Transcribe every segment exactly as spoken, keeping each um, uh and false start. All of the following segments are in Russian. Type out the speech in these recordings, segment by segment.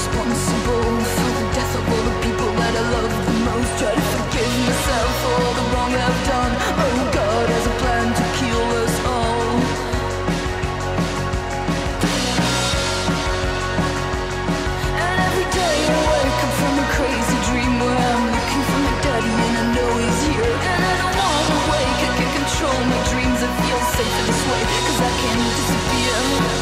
responsible for the death of all the people that I love the most. Try to forgive myself for all the wrong I've done. Oh, God has a plan to kill us all. And every day I wake up from a crazy dream where I'm looking for my daddy and I know he's here. And I don't wanna wake, I can't control my dreams. I feel safer this way, cause I can't disappear.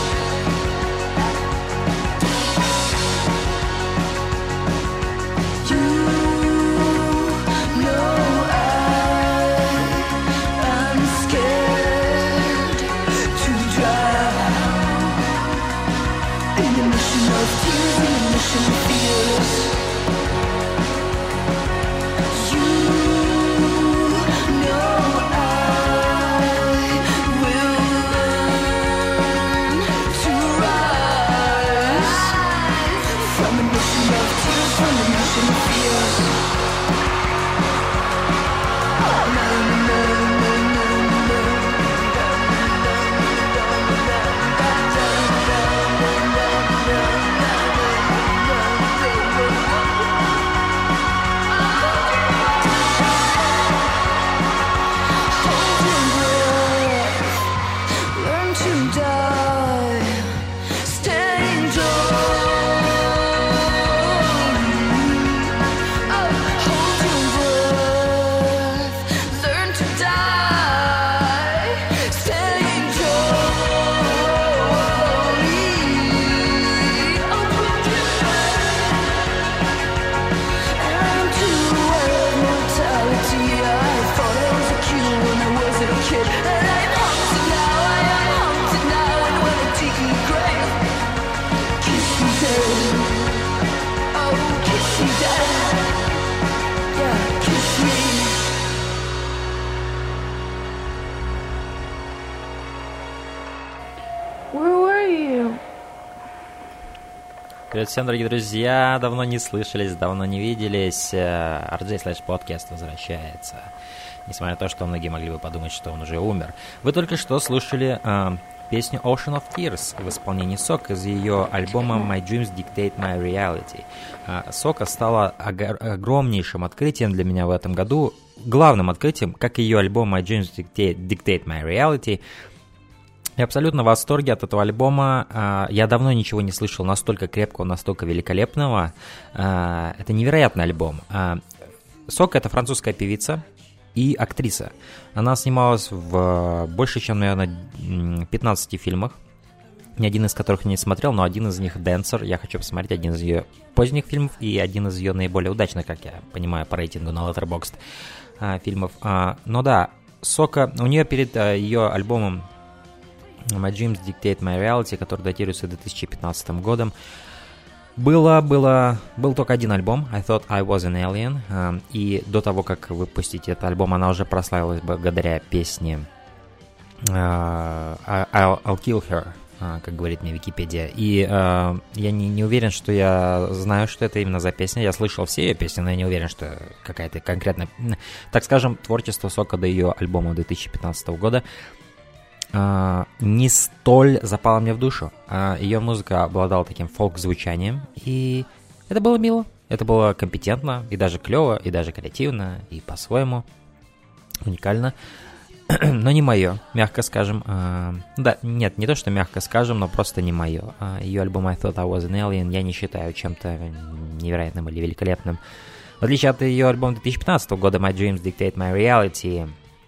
Привет всем, дорогие друзья, давно не слышались, давно не виделись. ар джей слэш подкаст возвращается, несмотря на то, что многие могли бы подумать, что он уже умер. Вы только что слушали э, песню Ocean of Tears в исполнении Сока из ее альбома My Dreams Dictate My Reality. Э, Сока стала огромнейшим открытием для меня в этом году, главным открытием, как и ее альбом My Dreams Dictate, Dictate My Reality. Я абсолютно в восторге от этого альбома. Я давно ничего не слышал настолько крепкого, настолько великолепного. Это невероятный альбом. Сока — это французская певица и актриса. Она снималась в больше, чем, наверное, пятнадцати фильмах, ни один из которых я не смотрел, но один из них «Dancer». Я хочу посмотреть один из ее поздних фильмов и один из ее наиболее удачных, как я понимаю, по рейтингу на Letterboxd фильмов. Но да, Сока, у нее перед ее альбомом My Dreams Dictate My Reality, который датируется две тысячи пятнадцатым годом, было, было, был только один альбом, I Thought I Was an Alien, и до того, как выпустить этот альбом, она уже прославилась благодаря песне uh, I'll, I'll Kill Her, uh, как говорит мне Википедия. И uh, я не, не уверен, что я знаю, что это именно за песня. Я слышал все ее песни, но я не уверен, что какая-то конкретная... Так скажем, творчество Сока до ее альбома две тысячи пятнадцатого года Uh, не столь запала мне в душу. Uh, ее музыка обладала таким фолк-звучанием, и это было мило, это было компетентно, и даже клево, и даже креативно, и по-своему уникально, но не мое, мягко скажем. Uh, да, нет, не то, что мягко скажем, но просто не мое. Uh, ее альбом I Thought I Was an Alien я не считаю чем-то невероятным или великолепным. В отличие от ее альбома две тысячи пятнадцатого года My Dreams Dictate My Reality,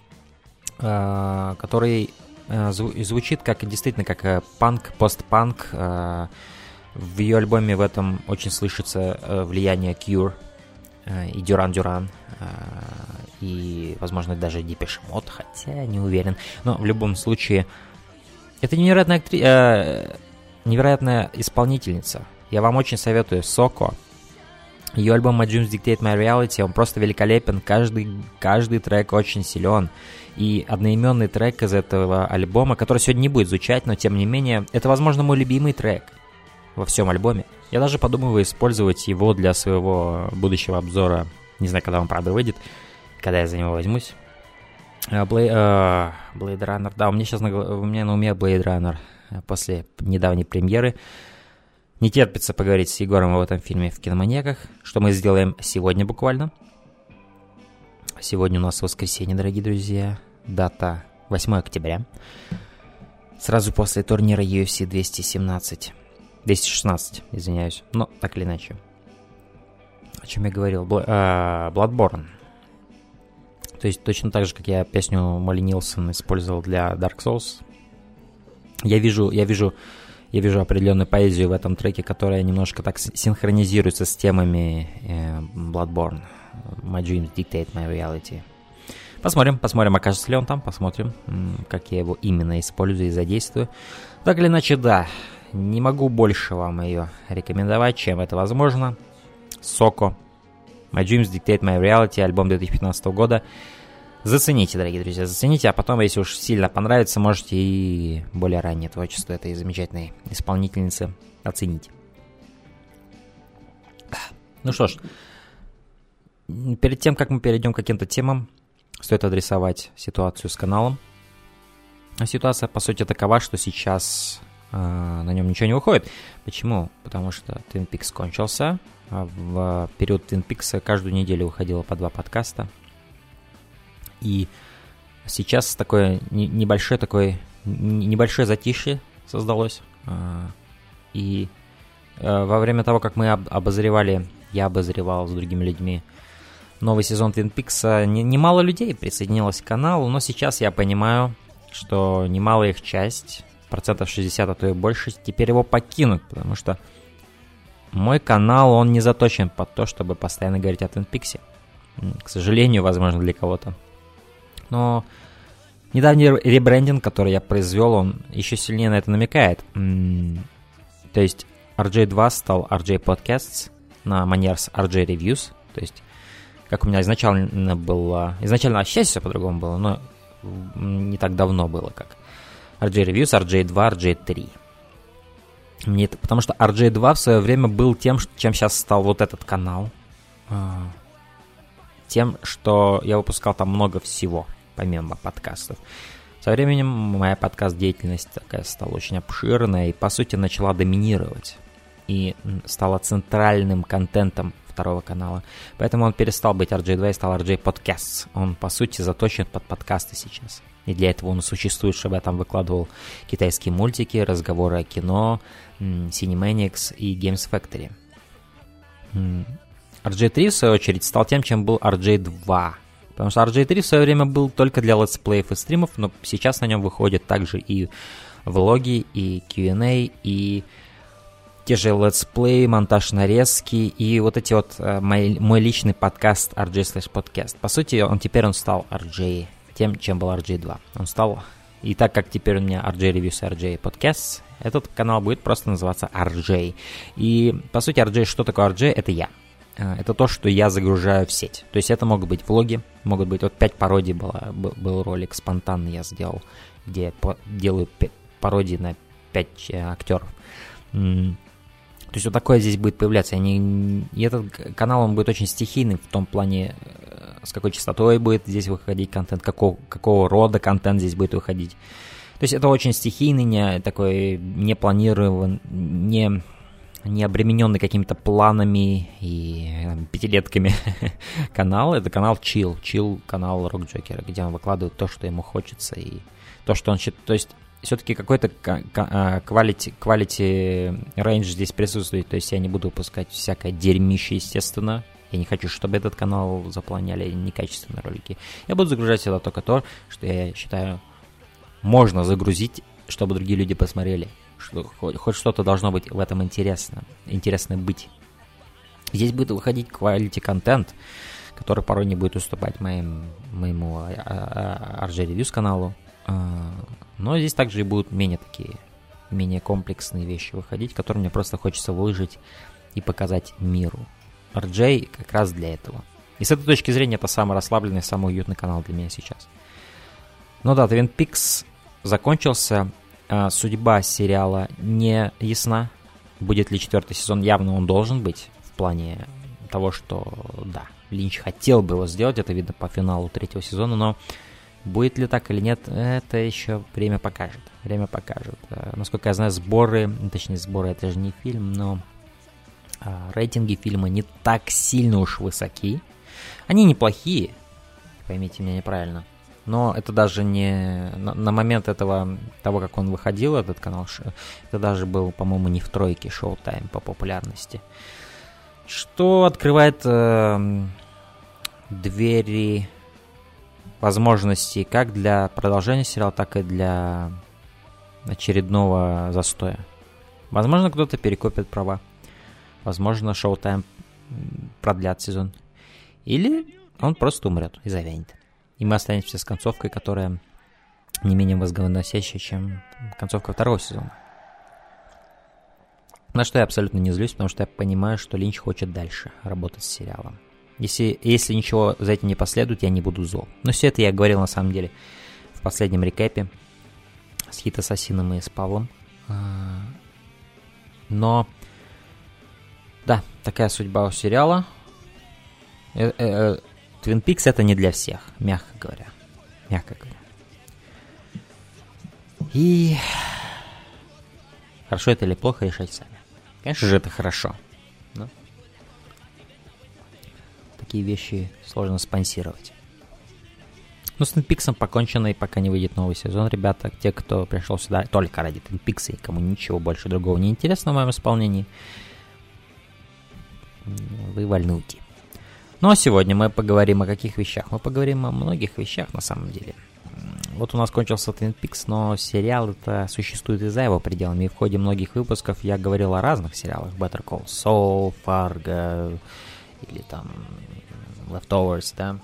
uh, который звучит как действительно как панк, постпанк. В ее альбоме в этом очень слышится влияние Cure и Duran Duran, и, возможно, даже Depeche Mode, хотя не уверен. Но в любом случае, это невероятная, актри... невероятная исполнительница. Я вам очень советую Соко. Ее альбом My Dreams Dictate My Reality, он просто великолепен, каждый, каждый трек очень силен. И одноименный трек из этого альбома, который сегодня не будет звучать, но тем не менее, это, возможно, мой любимый трек во всем альбоме. Я даже подумываю использовать его для своего будущего обзора. Не знаю, когда он, правда, выйдет, когда я за него возьмусь. Blade, uh, Blade Runner, да, у меня сейчас на, у меня на уме Blade Runner после недавней премьеры. Не терпится поговорить с Егором об этом фильме в «Киноманьяках», что мы сделаем сегодня буквально. Сегодня у нас воскресенье, дорогие друзья, дата восьмое октября. Сразу после турнира ю эф си двести семнадцать, двести шестнадцать, извиняюсь, но так или иначе. О чем я говорил? Bloodborne. То есть точно так же, как я песню Молли Нилсон использовал для Dark Souls. Я вижу, я вижу, я вижу определенную поэзию в этом треке, которая немножко так синхронизируется с темами э, Bloodborne. My dreams dictate my reality. Посмотрим, посмотрим, окажется ли он там, посмотрим, как я его именно использую и задействую. Так или иначе, да, не могу больше вам ее рекомендовать, чем это возможно. Соко. My Dreams Dictate My Reality, альбом две тысячи пятнадцатого года. Зацените, дорогие друзья, зацените, а потом, если уж сильно понравится, можете и более раннее творчество этой замечательной исполнительницы оценить. Ну что ж, перед тем, как мы перейдем к каким-то темам, стоит адресовать ситуацию с каналом. А ситуация, по сути, такова, что сейчас э, на нем ничего не выходит. Почему? Потому что Twin Peaks кончился. А в период Twin Peaks каждую неделю выходило по два подкаста. И сейчас такое небольшое, такое, небольшое затишье создалось. И во время того, как мы обозревали, я обозревал с другими людьми новый сезон Twin Peaks, немало людей присоединилось к каналу, но сейчас я понимаю, что немалая их часть, процентов шестьдесят, а то и больше, теперь его покинут, потому что мой канал, он не заточен под то, чтобы постоянно говорить о Twin Peaks. К сожалению, возможно, для кого-то. Но недавний ребрендинг, который я произвел, он еще сильнее на это намекает. То есть ар джей два стал ар джей Podcasts на манер с ар джей Reviews. То есть, как у меня изначально было... Изначально вообще все по-другому было, но не так давно было, как ар джей Reviews, ар джей два, ар джей три. Мне это, потому что ар джей два в свое время был тем, чем сейчас стал вот этот канал. Тем, что я выпускал там много всего, помимо подкастов. Со временем моя подкаст-деятельность такая стала очень обширная и, по сути, начала доминировать. И стала центральным контентом второго канала. Поэтому он перестал быть ар джей два и стал ар джей Podcasts. Он, по сути, заточен под подкасты сейчас. И для этого он существует, чтобы я там выкладывал китайские мультики, разговоры о кино, Cinemaniacs и Games Factory. ар джей три, в свою очередь, стал тем, чем был ар джей два. Потому что ар джей три в свое время был только для летсплеев и стримов, но сейчас на нем выходят также и влоги, и кью энд эй, и те же летсплеи, монтаж нарезки, и вот эти вот мой, мой личный подкаст ар джей слэш Podcast. По сути, он теперь он стал ар джей, тем, чем был ар джей два. Он стал... И так как теперь у меня ар джей Reviews и ар джей Podcasts, этот канал будет просто называться ар джей. И, по сути, ар джей, что такое ар джей? Это я. Это то, что я загружаю в сеть. То есть это могут быть влоги, могут быть... Вот пять пародий было, был ролик спонтанный я сделал, где я делаю пародии на пять актеров. То есть вот такое здесь будет появляться. Не... И этот канал, он будет очень стихийным в том плане, с какой частотой будет здесь выходить контент, какого, какого рода контент здесь будет выходить. То есть это очень стихийный, не, такой не планированный, не, не обремененный какими-то планами и там, пятилетками канал. Это канал Chill, Chill канал Rock Joker, где он выкладывает то, что ему хочется, и то, что он считает. То есть все-таки какой-то quality, quality range здесь присутствует. То есть я не буду выпускать всякое дерьмище, естественно. Я не хочу, чтобы этот канал заполняли некачественные ролики. Я буду загружать сюда только то, что я считаю можно загрузить, чтобы другие люди посмотрели. Что, хоть, хоть что-то должно быть в этом интересно. Интересно быть. Здесь будет выходить quality контент, который порой не будет уступать моим, моему ар джей Reviews каналу. Но здесь также и будут менее такие, менее комплексные вещи выходить, которые мне просто хочется выложить и показать миру. ар джей как раз для этого. И с этой точки зрения это самый расслабленный, самый уютный канал для меня сейчас. Ну да, Twin Peaks закончился. Судьба сериала не ясна. Будет ли четвертый сезон? Явно он должен быть. В плане того, что, да, Линч хотел бы его сделать. Это видно по финалу третьего сезона. Но Будет ли так или нет, это еще время покажет. Время покажет. Насколько я знаю, сборы, точнее сборы, это же не фильм, но рейтинги фильма не так сильно уж высоки. Они неплохие, поймите меня неправильно. Но это даже не... На, на момент этого, того, как он выходил, этот канал, это даже был, по-моему, не в тройке Showtime по популярности. Что открывает э, двери возможностей как для продолжения сериала, так и для очередного застоя. Возможно, кто-то перекупит права. Возможно, Showtime продлят сезон. Или он просто умрет и завянет. И мы останемся с концовкой, которая не менее мозговыносящая, чем концовка второго сезона. На что я абсолютно не злюсь, потому что я понимаю, что Линч хочет дальше работать с сериалом. Если, если ничего за этим не последует, я не буду зол. Но все это я говорил на самом деле в последнем рекэпе с Хит Ассасином и с Павлом. Но да, такая судьба у сериала. Твин Пикс это не для всех, мягко говоря. Мягко говоря. И хорошо это или плохо, решайте сами. Конечно же, это хорошо. Но такие вещи сложно спонсировать. Ну, с Твин Пиксом покончено, и пока не выйдет новый сезон, ребята. Те, кто пришел сюда только ради Твин Пикса, и кому ничего больше другого не интересно в моем исполнении, вы вольны уйти. Ну, а сегодня мы поговорим о каких вещах? Мы поговорим о многих вещах, на самом деле. Вот у нас кончился Twin Peaks, но сериал это существует и за его пределами. И в ходе многих выпусков я говорил о разных сериалах. Better Call Saul, Fargo, или там Leftovers, да.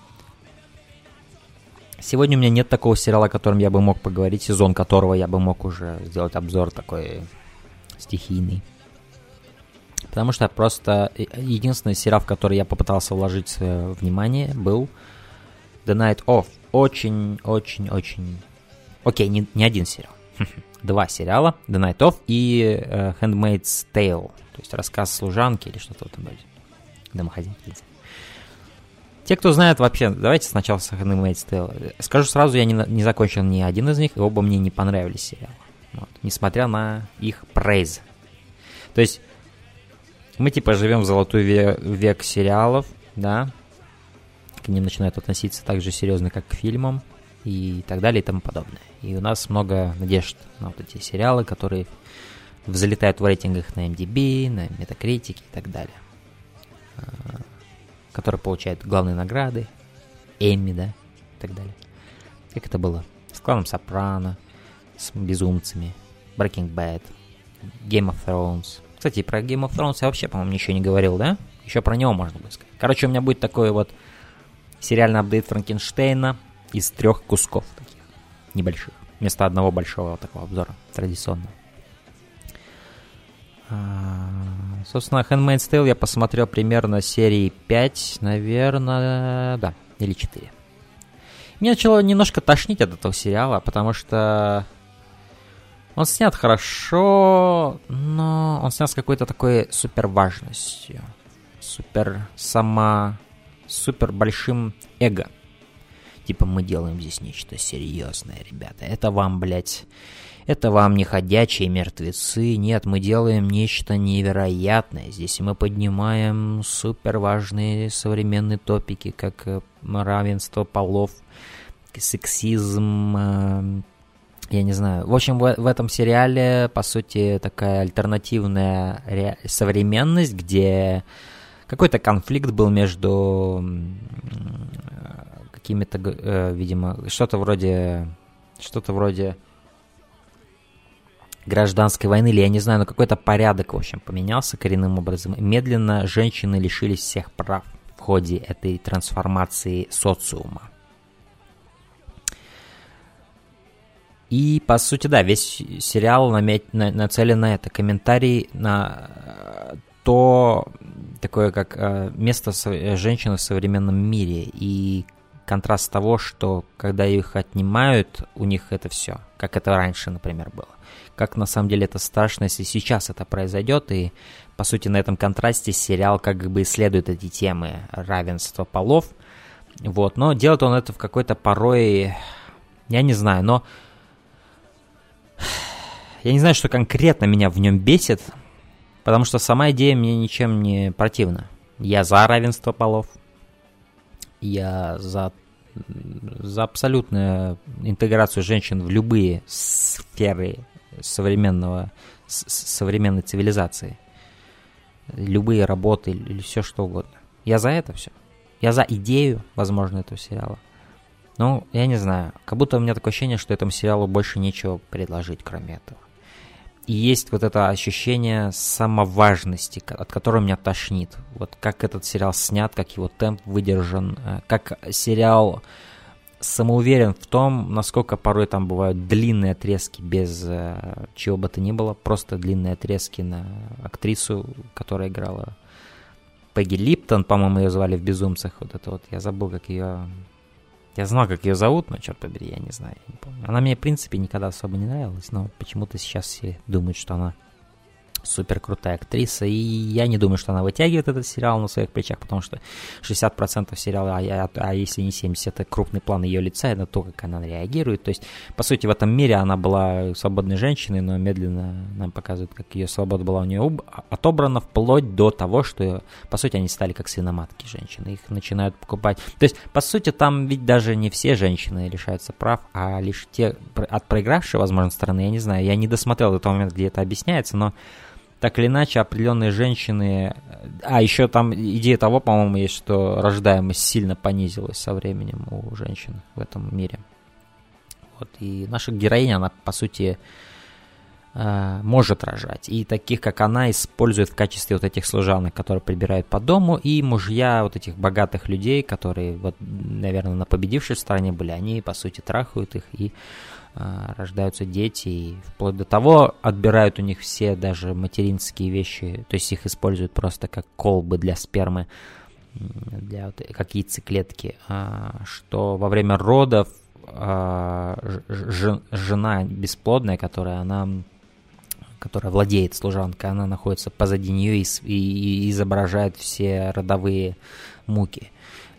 Сегодня у меня нет такого сериала, о котором я бы мог поговорить, сезон которого я бы мог уже сделать обзор такой стихийный. Потому что просто единственный сериал, в который я попытался вложить свое внимание, был The Night Of. Очень-очень-очень... Окей, не, не один сериал. Два сериала. The Night Of и uh, Handmaid's Tale. То есть рассказ служанки или что-то в этом роде. Домохозяйки. Те, кто знает вообще, давайте сначала с Handmaid's Tale. Скажу сразу, я не, не закончил ни один из них, и оба мне не понравились сериалы. Вот. Несмотря на их прейз. То есть мы типа живем в золотой век, век сериалов, да, к ним начинают относиться так же серьезно, как к фильмам и так далее и тому подобное. И у нас много надежд на вот эти сериалы, которые взлетают в рейтингах на эм ди би, на Metacritic и так далее, которые получают главные награды, Эмми, да, и так далее. Как это было с кланом Сопрано, с Безумцами, Breaking Bad, Game of Thrones. Кстати, про Game of Thrones я вообще, по-моему, ничего не говорил, да? Еще про него можно будет сказать. Короче, у меня будет такой вот сериальный апдейт Франкенштейна из трех кусков таких небольших. Вместо одного большого такого обзора традиционного. А, собственно, Handmaid's Tale я посмотрел примерно серии пять, наверное, да, или четыре. Меня начало немножко тошнить от этого сериала, потому что он снят хорошо, но он снят с какой-то такой супер важностью, супер сама, супер большим эго. Типа мы делаем здесь нечто серьезное, ребята. Это вам, блядь, это вам не ходячие мертвецы. Нет, мы делаем нечто невероятное. Здесь мы поднимаем супер важные современные топики, как равенство полов, сексизм. Я не знаю. В общем, в, в этом сериале, по сути, такая альтернативная ре... современность, где какой-то конфликт был между какими-то, э, видимо, что-то вроде, что-то вроде гражданской войны, или я не знаю, но какой-то порядок, в общем, поменялся коренным образом. Медленно женщины лишились всех прав в ходе этой трансформации социума. И, по сути, да, весь сериал нацелен на это. Комментарий на то, такое как место женщины в современном мире. И контраст того, что когда их отнимают, у них это все. Как это раньше, например, было. Как на самом деле это страшно, если сейчас это произойдет. И, по сути, на этом контрасте сериал как бы исследует эти темы равенства полов. Вот. Но делает он это в какой-то порой я не знаю, но я не знаю, что конкретно меня в нем бесит, потому что сама идея мне ничем не противна. Я за равенство полов, я за, за абсолютную интеграцию женщин в любые сферы современного, современной цивилизации. Любые работы или все что угодно. Я за это все. Я за идею, возможно, этого сериала. Ну, я не знаю. Как будто у меня такое ощущение, что этому сериалу больше нечего предложить, кроме этого. И есть вот это ощущение самоважности, от которого меня тошнит. Вот как этот сериал снят, как его темп выдержан, как сериал самоуверен в том, насколько порой там бывают длинные отрезки без э, чего бы то ни было, просто длинные отрезки на актрису, которая играла Пегги Липтон, по-моему, ее звали в «Безумцах», вот это вот, я забыл, как ее... Я знал, как ее зовут, но, черт побери, я не знаю, я не помню. Она мне, в принципе, никогда особо не нравилась, но почему-то сейчас все думают, что она супер крутая актриса, и я не думаю, что она вытягивает этот сериал на своих плечах, потому что шестьдесят процентов сериала, а, а, а если не семьдесят процентов, это крупный план ее лица, это то, как она реагирует. То есть, по сути, в этом мире она была свободной женщиной, но медленно нам показывают, как ее свобода была у нее отобрана, вплоть до того, что, по сути, они стали как свиноматки женщины, их начинают покупать. То есть, по сути, там ведь даже не все женщины лишаются прав, а лишь те от проигравшей, возможно, стороны, я не знаю, я не досмотрел до того момента, где это объясняется, но так или иначе, определенные женщины... А, еще там идея того, по-моему, есть, что рождаемость сильно понизилась со временем у женщин в этом мире. Вот, и наша героиня, она, по сути, может рожать. И таких, как она, использует в качестве вот этих служанок, которые прибирают по дому, и мужья вот этих богатых людей, которые, вот, наверное, на победившей стороне были, они, по сути, трахают их и... рождаются дети, и вплоть до того отбирают у них все даже материнские вещи, то есть их используют просто как колбы для спермы, для вот, как яйцеклетки, что во время родов жена бесплодная, которая она которая владеет служанкой, она находится позади нее и, и изображает все родовые муки.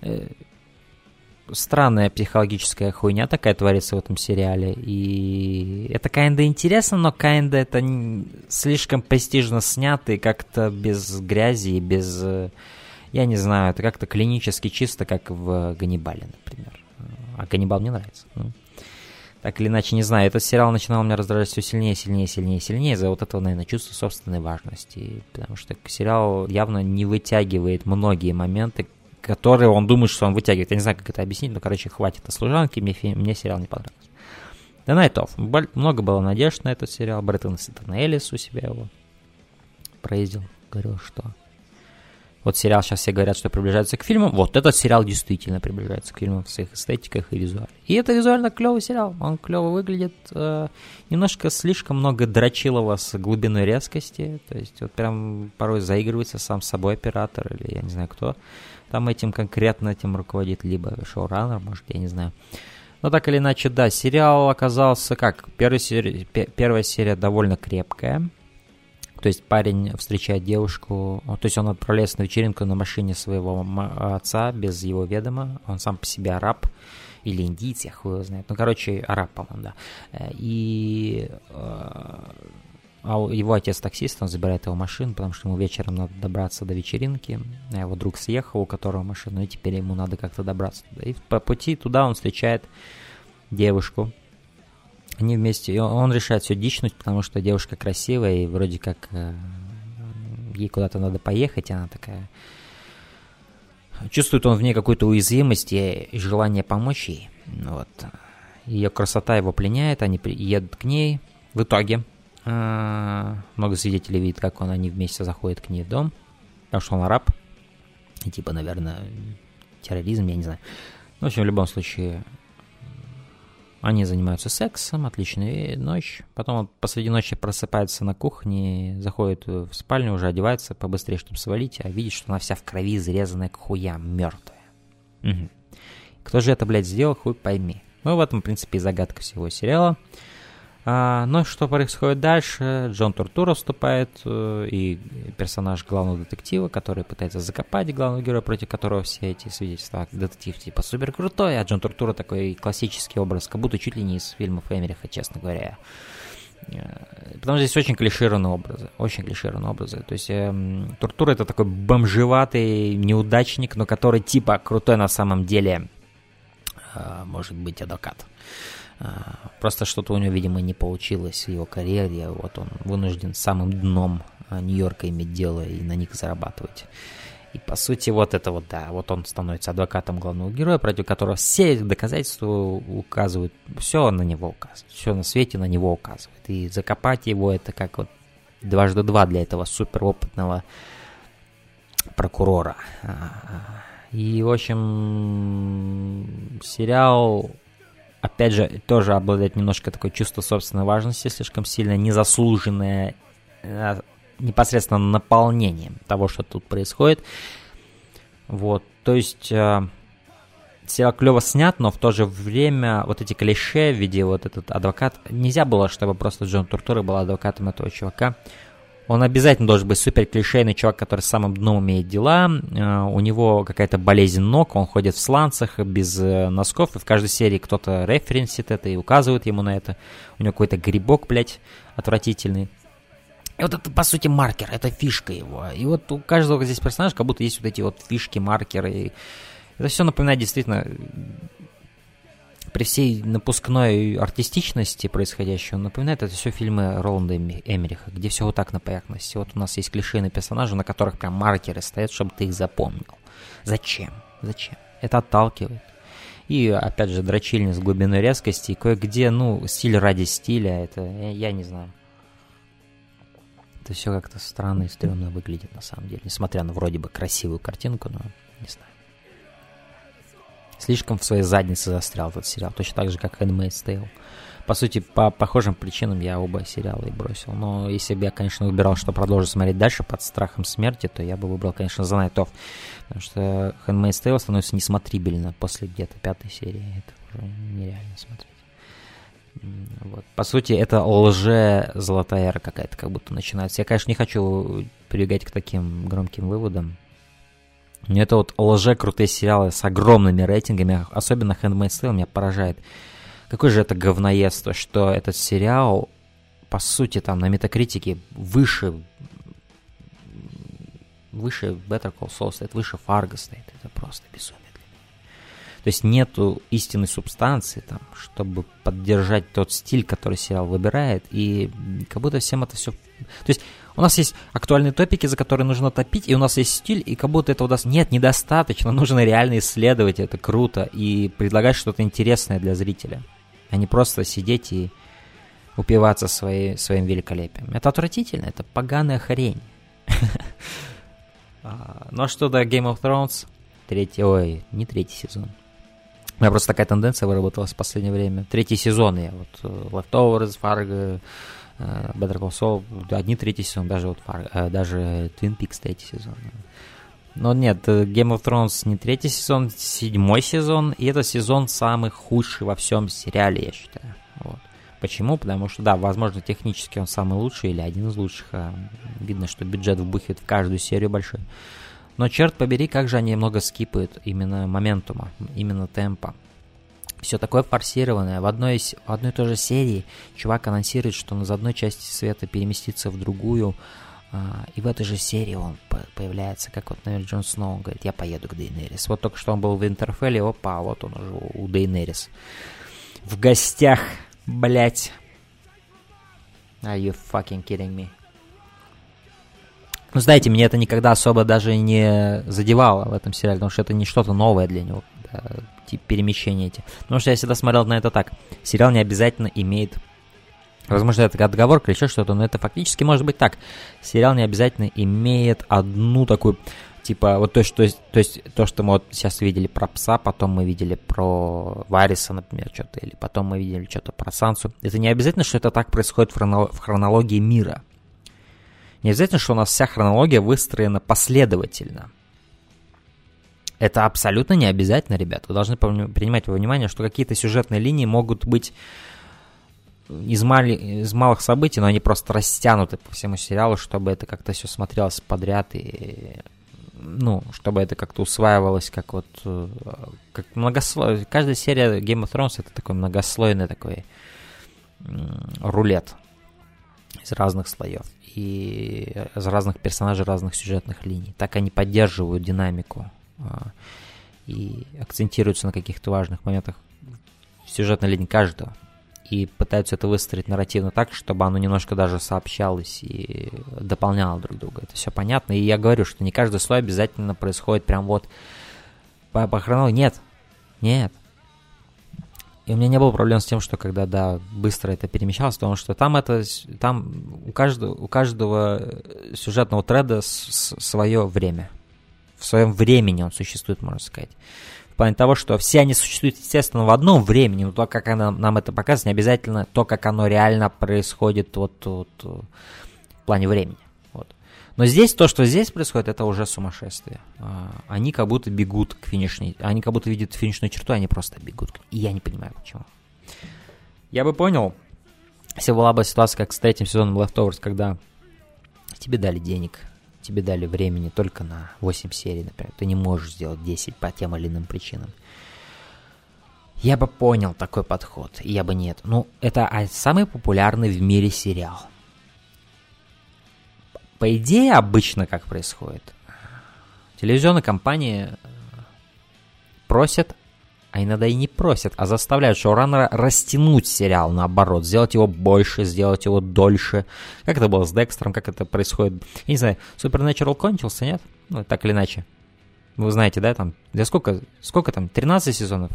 Странная психологическая хуйня такая творится в этом сериале, и это kinda интересно, но kinda это слишком престижно снято и как-то без грязи, и без, я не знаю, это как-то клинически чисто, как в «Ганнибале», например. А «Ганнибал» мне нравится. Ну, так или иначе, не знаю, этот сериал начинал меня раздражать все сильнее, сильнее, сильнее, сильнее из-за вот этого, наверное, чувства собственной важности, потому что сериал явно не вытягивает многие моменты, которые он думает, что он вытягивает. Я не знаю, как это объяснить, но, короче, хватит о служанке, мне, мне сериал не понравился. The Night Of. Много было надежд на этот сериал. Брэттон Эстон Эллис у себя его проездил. Говорил, что... Вот сериал, сейчас все говорят, что приближается к фильмам. Вот этот сериал действительно приближается к фильмам в своих эстетиках и визуале. И это визуально клевый сериал. Он клево выглядит. Э, немножко слишком много дрочилова с глубиной резкости. То есть вот прям порой заигрывается сам с собой оператор или я не знаю кто. Там этим конкретно этим руководит либо шоураннер, может, я не знаю. Но так или иначе, да, сериал оказался как? Первая серия, первая серия довольно крепкая. То есть парень встречает девушку, то есть он отправляется на вечеринку на машине своего отца без его ведома. Он сам по себе араб или индийец, я хуй его знает. Ну, короче, араб, по-моему, да. И... А его отец таксист, он забирает его машину, потому что ему вечером надо добраться до вечеринки. А его друг съехал, у которого машина, и теперь ему надо как-то добраться туда. И по пути туда он встречает девушку. Они вместе, и он решает все дичнуть, потому что девушка красивая, и вроде как э, ей куда-то надо поехать, и она такая... Чувствует он в ней какую-то уязвимость и, и желание помочь ей. Вот. Ее красота его пленяет, они при... едут к ней. В итоге... Много свидетелей видят, как он, они вместе заходят к ней в дом, потому что он араб, и типа, наверное, терроризм, я не знаю. В общем, в любом случае, они занимаются сексом, отличная ночь. Потом он посреди ночи просыпается на кухне, заходит в спальню, уже одевается побыстрее, чтобы свалить, а видит, что она вся в крови, зарезанная к хуям, мертвая. Угу. Кто же это, блядь, сделал, хуй пойми. Ну, в этом, в принципе, и загадка всего сериала. А, но что происходит дальше? Джон Туртуро вступает, э, и персонаж главного детектива, который пытается закопать главного героя, против которого все эти свидетельства. Детектив типа супер крутой, а Джон Туртуро такой классический образ, как будто чуть ли не из фильмов Эмериха, честно говоря. Потому что здесь очень клишированные образы, очень клишированные образы. То есть э, Туртуро — это такой бомжеватый неудачник, но который типа крутой на самом деле, э, может быть, адвокат. Просто что-то у него, видимо, не получилось в его карьере. Вот он вынужден с самым дном Нью-Йорка иметь дело и на них зарабатывать. И, по сути, вот это вот, да, вот он становится адвокатом главного героя, против которого все доказательства указывают, все на него указывает, все на свете на него указывает. И закопать его — это как вот дважды два для этого суперопытного прокурора. И, в общем, сериал... Опять же, тоже обладает немножко такое чувство собственной важности, слишком сильно незаслуженное э, непосредственно наполнением того, что тут происходит. Вот, то есть э, сериал клево снят, но в то же время вот эти клише в виде вот этот адвокат, нельзя было, чтобы просто Джон Туртуро был адвокатом этого чувака. Он обязательно должен быть супер клишейный чувак, который с самым дном умеет дела. Uh, у него какая-то болезнь ног, он ходит в сланцах без uh, носков, и в каждой серии кто-то референсит это и указывает ему на это. У него какой-то грибок, блядь, отвратительный. И вот это, по сути, маркер, это фишка его. И вот у каждого здесь персонажа как будто есть вот эти вот фишки, маркеры. И это все напоминает действительно... При всей напускной артистичности происходящего, он напоминает это все фильмы Роланда Эмериха, где все вот так на поверхности. Вот у нас есть клишейные персонажи, на которых прям маркеры стоят, чтобы ты их запомнил. Зачем? Зачем? Это отталкивает. И, опять же, дрочильня с глубиной резкости, и кое-где, ну, стиль ради стиля, это, я, я не знаю. Это все как-то странно и стрёмно выглядит, на самом деле, несмотря на вроде бы красивую картинку, но не знаю. Слишком в своей заднице застрял этот сериал, точно так же, как Handmaid's Tale. По сути, по похожим причинам я оба сериала и бросил. Но если бы я, конечно, выбирал, что продолжить смотреть дальше под страхом смерти, то я бы выбрал, конечно, The Night Of. Потому что Handmaid's Tale становится несмотрибельно после где-то пятой серии. Это уже нереально смотреть. Вот. По сути, это лже-золотая эра какая-то, как будто начинается. Я, конечно, не хочу прибегать к таким громким выводам. Но это вот лже-крутые сериалы с огромными рейтингами, особенно Handmaid's Tale меня поражает. Какой же это говноедство, что этот сериал, по сути, там на метакритике выше, выше Better Call Saul стоит, выше Fargo стоит. Это просто безумие для меня. То есть нету истинной субстанции, там, чтобы поддержать тот стиль, который сериал выбирает, и как будто всем это все... То есть у нас есть актуальные топики, за которые нужно топить, и у нас есть стиль, и как будто этого даст. Нет, недостаточно, нужно реально исследовать, это круто, и предлагать что-то интересное для зрителя, а не просто сидеть и упиваться своей, своим великолепием. Это отвратительно, это поганая хрень. Ну а что до Game of Thrones, третий, ой, не третий сезон. У меня просто такая тенденция выработалась в последнее время. Третий сезон я, вот, Leftovers, Fargo, Better Call Saul, одни третий сезон, даже вот Fargo, даже Twin Peaks третий сезон. Но нет, Game of Thrones не третий сезон, седьмой сезон, и это сезон самый худший во всем сериале, я считаю. Вот. Почему? Потому что, да, возможно, технически он самый лучший или один из лучших. А видно, что бюджет вбухивает в каждую серию большой. Но, черт побери, как же они много скипают именно моментума, именно темпа. Все такое форсированное. В одной, в одной и той же серии чувак анонсирует, что он из одной части света переместится в другую, и в этой же серии он появляется, как вот, наверное, Джон Сноу, он говорит, я поеду к Дейнерис. Вот только что он был в Винтерфелле, опа, вот он уже у Дейнерис. В гостях, блять. Are you fucking kidding me? Ну, знаете, меня это никогда особо даже не задевало в этом сериале, потому что это не что-то новое для него, да, типа перемещения эти. Потому что я всегда смотрел на это так. Сериал не обязательно имеет... Возможно, это отговорка или еще что-то, но это фактически может быть так. Сериал не обязательно имеет одну такую... Типа, вот то, что, то есть, то, что мы вот сейчас видели про пса, потом мы видели про Вариса, например, что-то, или потом мы видели что-то про Сансу. Это не обязательно, что это так происходит в, хроно... в хронологии мира. Не обязательно, что у нас вся хронология выстроена последовательно. Это абсолютно не обязательно, ребят. Вы должны принимать во внимание, что какие-то сюжетные линии могут быть из, мали, из малых событий, но они просто растянуты по всему сериалу, чтобы это как-то все смотрелось подряд и, ну, чтобы это как-то усваивалось, как вот, как многослойный. Каждая серия Game of Thrones — это такой многослойный такой рулет из разных слоев и из разных персонажей, разных сюжетных линий. Так они поддерживают динамику и акцентируются на каких-то важных моментах сюжетной линии каждого. И пытаются это выстроить нарративно так, чтобы оно немножко даже сообщалось и дополняло друг друга. Это все понятно. И я говорю, что не каждый слой обязательно происходит прям вот по, по хронологии. Нет. Нет. И у меня не было проблем с тем, что когда, да, быстро это перемещалось, потому что там это, там у каждого, у каждого сюжетного треда с, с, свое время. В своем времени он существует, можно сказать. В плане того, что все они существуют, естественно, в одном времени, но то, как она, нам это показывает, не обязательно то, как оно реально происходит вот, вот, в плане времени. Вот. Но здесь, то, что здесь происходит, это уже сумасшествие. Они как будто бегут к финишной, они как будто видят финишную черту, они просто бегут. И я не понимаю, почему. Я бы понял, если была бы ситуация, как с третьим сезоном Leftovers, когда тебе дали денег, тебе дали времени только на восемь серий, например. Ты не можешь сделать десять по тем или иным причинам. Я бы понял такой подход, и я бы нет. Ну, это самый популярный в мире сериал. По идее, обычно как происходит? Телевизионные компании просят, а иногда и не просят, а заставляют шоураннера растянуть сериал, наоборот, сделать его больше, сделать его дольше. Как это было с Декстером, как это происходит? Я не знаю, Supernatural кончился, нет? Ну, так или иначе. Вы знаете, да, там, для сколько, сколько там, тринадцать сезонов?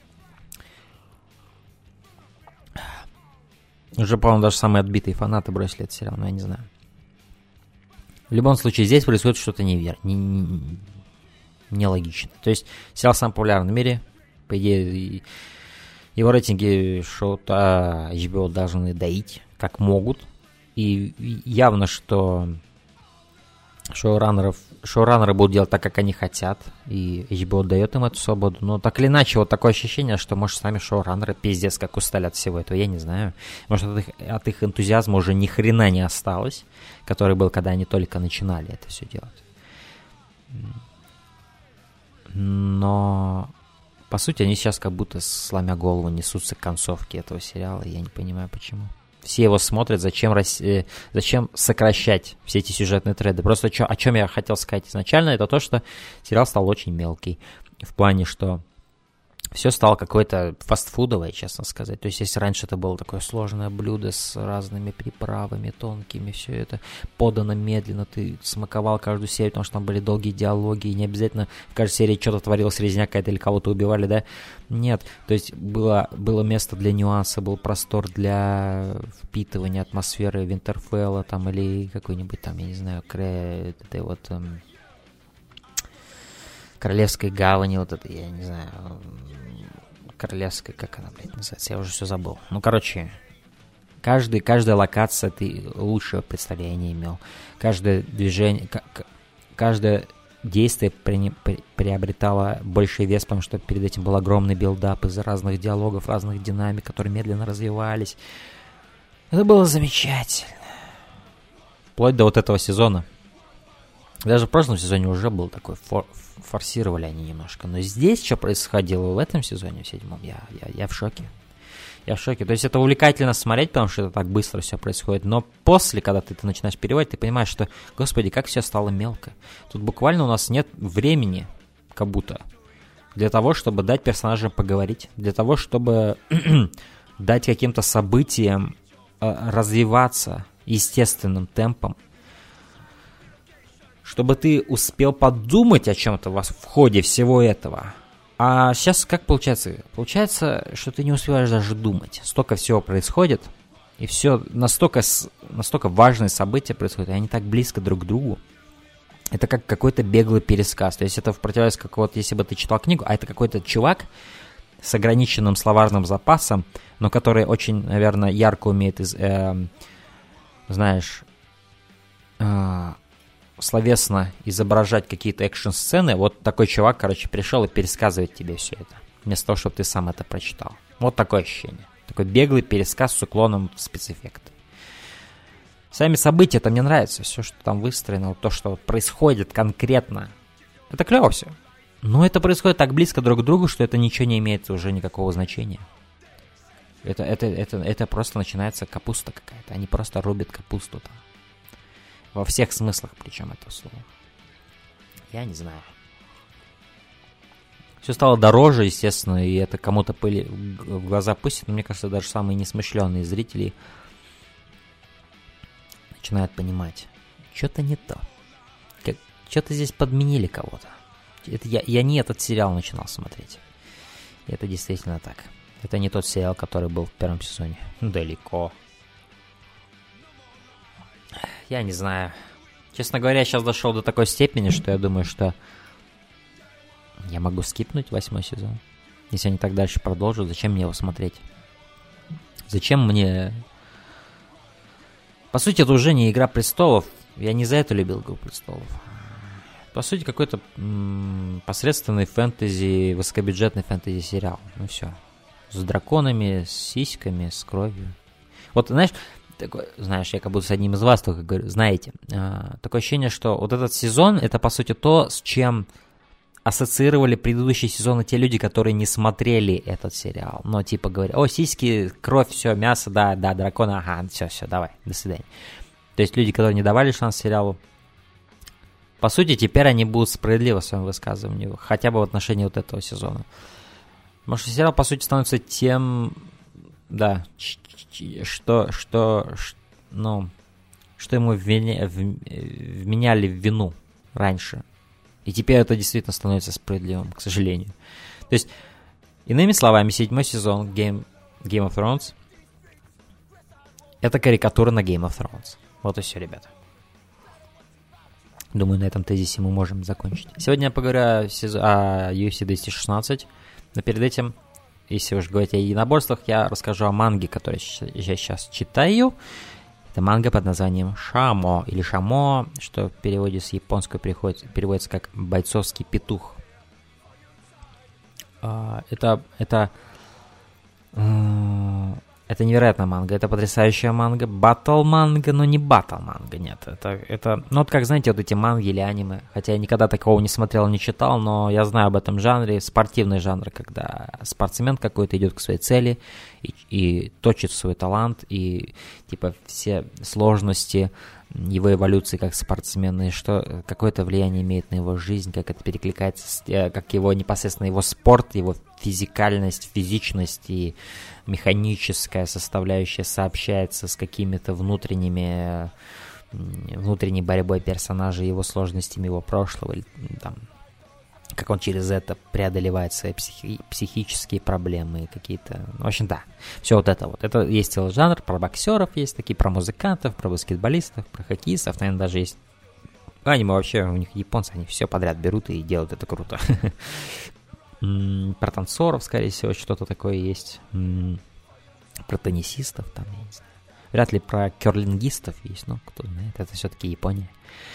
Уже, по-моему, даже самые отбитые фанаты бросили этот сериал, но я не знаю. В любом случае, здесь происходит что-то невер... не... не... нелогично. То есть, сериал самый популярный в мире. По идее, его рейтинги шоу-то эйч би о должны доить, как могут. И явно, что шоураннеров, шоураннеры будут делать так, как они хотят. И эйч би о дает им эту свободу. Но так или иначе, вот такое ощущение, что, может, сами шоураннеры пиздец как устали от всего этого. Я не знаю. Может, от их, от их энтузиазма уже ни хрена не осталось, который был, когда они только начинали это все делать. Но... По сути, они сейчас как будто, сломя голову, несутся к концовке этого сериала, и я не понимаю, почему. Все его смотрят, зачем, рас... зачем сокращать все эти сюжетные треды. Просто чё, о чем я хотел сказать изначально, это то, что сериал стал очень мелкий. В плане, что все стало какое-то фастфудовое, честно сказать. То есть, если раньше это было такое сложное блюдо с разными приправами тонкими, все это подано медленно, ты смаковал каждую серию, потому что там были долгие диалоги, и не обязательно в каждой серии что-то творилось, резня какая-то или кого-то убивали, да? Нет, то есть было, было место для нюанса, был простор для впитывания атмосферы Винтерфелла там, или какой-нибудь там, я не знаю, кре... этой вот... Эм... Королевской гавани, вот это, я не знаю, королевская, как она, блядь, называется, я уже все забыл. Ну, короче, каждый, каждая локация ты лучшее представление имел. Каждое движение, каждое действие при, при, приобретало больший вес, потому что перед этим был огромный билдап из разных диалогов, разных динамик, которые медленно развивались. Это было замечательно. Вплоть до вот этого сезона. Даже в прошлом сезоне уже был такой, фор, форсировали они немножко. Но здесь, что происходило в этом сезоне, в седьмом, я, я, я в шоке. Я в шоке. То есть это увлекательно смотреть, потому что это так быстро все происходит. Но после, когда ты это начинаешь переводить, ты понимаешь, что, господи, как все стало мелко. Тут буквально у нас нет времени, как будто, для того, чтобы дать персонажам поговорить, для того, чтобы дать каким-то событиям э, развиваться естественным темпом, чтобы ты успел подумать о чем-то в ходе всего этого. А сейчас как получается? Получается, что ты не успеваешь даже думать. Столько всего происходит, и все настолько, настолько важные события происходят, и они так близко друг к другу. Это как какой-то беглый пересказ. То есть это в противовес какого-то, если бы ты читал книгу, а это какой-то чувак с ограниченным словарным запасом, но который очень, наверное, ярко умеет, из, э, знаешь... Э, словесно изображать какие-то экшн-сцены, вот такой чувак, короче, пришел и пересказывает тебе все это, вместо того, чтобы ты сам это прочитал. Вот такое ощущение. Такой беглый пересказ с уклоном в спецэффекты. Сами события-то мне нравятся, все, что там выстроено, вот то, что вот происходит конкретно. Это клево все. Но это происходит так близко друг к другу, что это ничего не имеет уже никакого значения. Это, это, это, это просто начинается капуста какая-то. Они просто рубят капусту там. Во всех смыслах, причем этого слова. Я не знаю. Все стало дороже, естественно, и это кому-то пыли в глаза пустит. Но мне кажется, даже самые несмышленные зрители начинают понимать, что-то не то. Как, что-то здесь подменили кого-то. Это я, я не этот сериал начинал смотреть. И это действительно так. Это не тот сериал, который был в первом сезоне. Далеко. Я не знаю. Честно говоря, я сейчас дошел до такой степени, что я думаю, что я могу скипнуть восьмой сезон. Если они так дальше продолжат, зачем мне его смотреть? Зачем мне... По сути, это уже не «Игра престолов». Я не за это любил «Игру престолов». По сути, какой-то м- посредственный фэнтези, высокобюджетный фэнтези-сериал. Ну все. С драконами, с сиськами, с кровью. Вот, знаешь, такой, знаешь, я как будто с одним из вас только говорю, знаете, э, такое ощущение, что вот этот сезон, это, по сути, то, с чем ассоциировали предыдущие сезоны те люди, которые не смотрели этот сериал. Но, типа, говорят, о, сиськи, кровь, все, мясо, да, да, драконы, ага, все, все, давай, до свидания. То есть люди, которые не давали шанс сериалу, по сути, теперь они будут справедливы в своем высказывании, хотя бы в отношении вот этого сезона. Потому что сериал, по сути, становится тем, да, что, что, ну, что ему вменя, вменяли в вину раньше. И теперь это действительно становится справедливым, к сожалению. То есть, иными словами, седьмой сезон Game, Game of Thrones — это карикатура на Game of Thrones. Вот и все, ребята. Думаю, на этом тезисе мы можем закончить. Сегодня я поговорю о, сезон, о ю эф си двести шестнадцать. Но перед этим, если уж говорить о единоборствах, я расскажу о манге, которую я сейчас читаю. Это манга под названием «Шамо» или «Шамо», что в переводе с японского переходит, переводится как «бойцовский петух». Это, это, это невероятная манга, это потрясающая манга, баттл манга, но не баттл манга, нет. Это, это, ну вот как, знаете, вот эти манги или аниме, хотя я никогда такого не смотрел, не читал, но я знаю об этом жанре, спортивный жанр, когда спортсмен какой-то идет к своей цели и, и точит свой талант, и типа все сложности его эволюции как спортсмена, и что какое-то влияние имеет на его жизнь, как это перекликается, с, как его непосредственно его спорт, его физикальность, физичность и механическая составляющая сообщается с какими-то внутренними, внутренней борьбой персонажа, его сложностями его прошлого, или там, как он через это преодолевает свои психи- психические проблемы, какие-то... В общем, да, все вот это вот. Это есть целый жанр, про боксеров есть такие, про музыкантов, про баскетболистов, про хоккеистов, наверное, даже есть... Аниме вообще, у них японцы, они все подряд берут и делают это круто. Про танцоров, скорее всего, что-то такое есть. Про теннисистов там, я не знаю. Вряд ли про керлингистов есть, но кто знает, это все-таки Япония.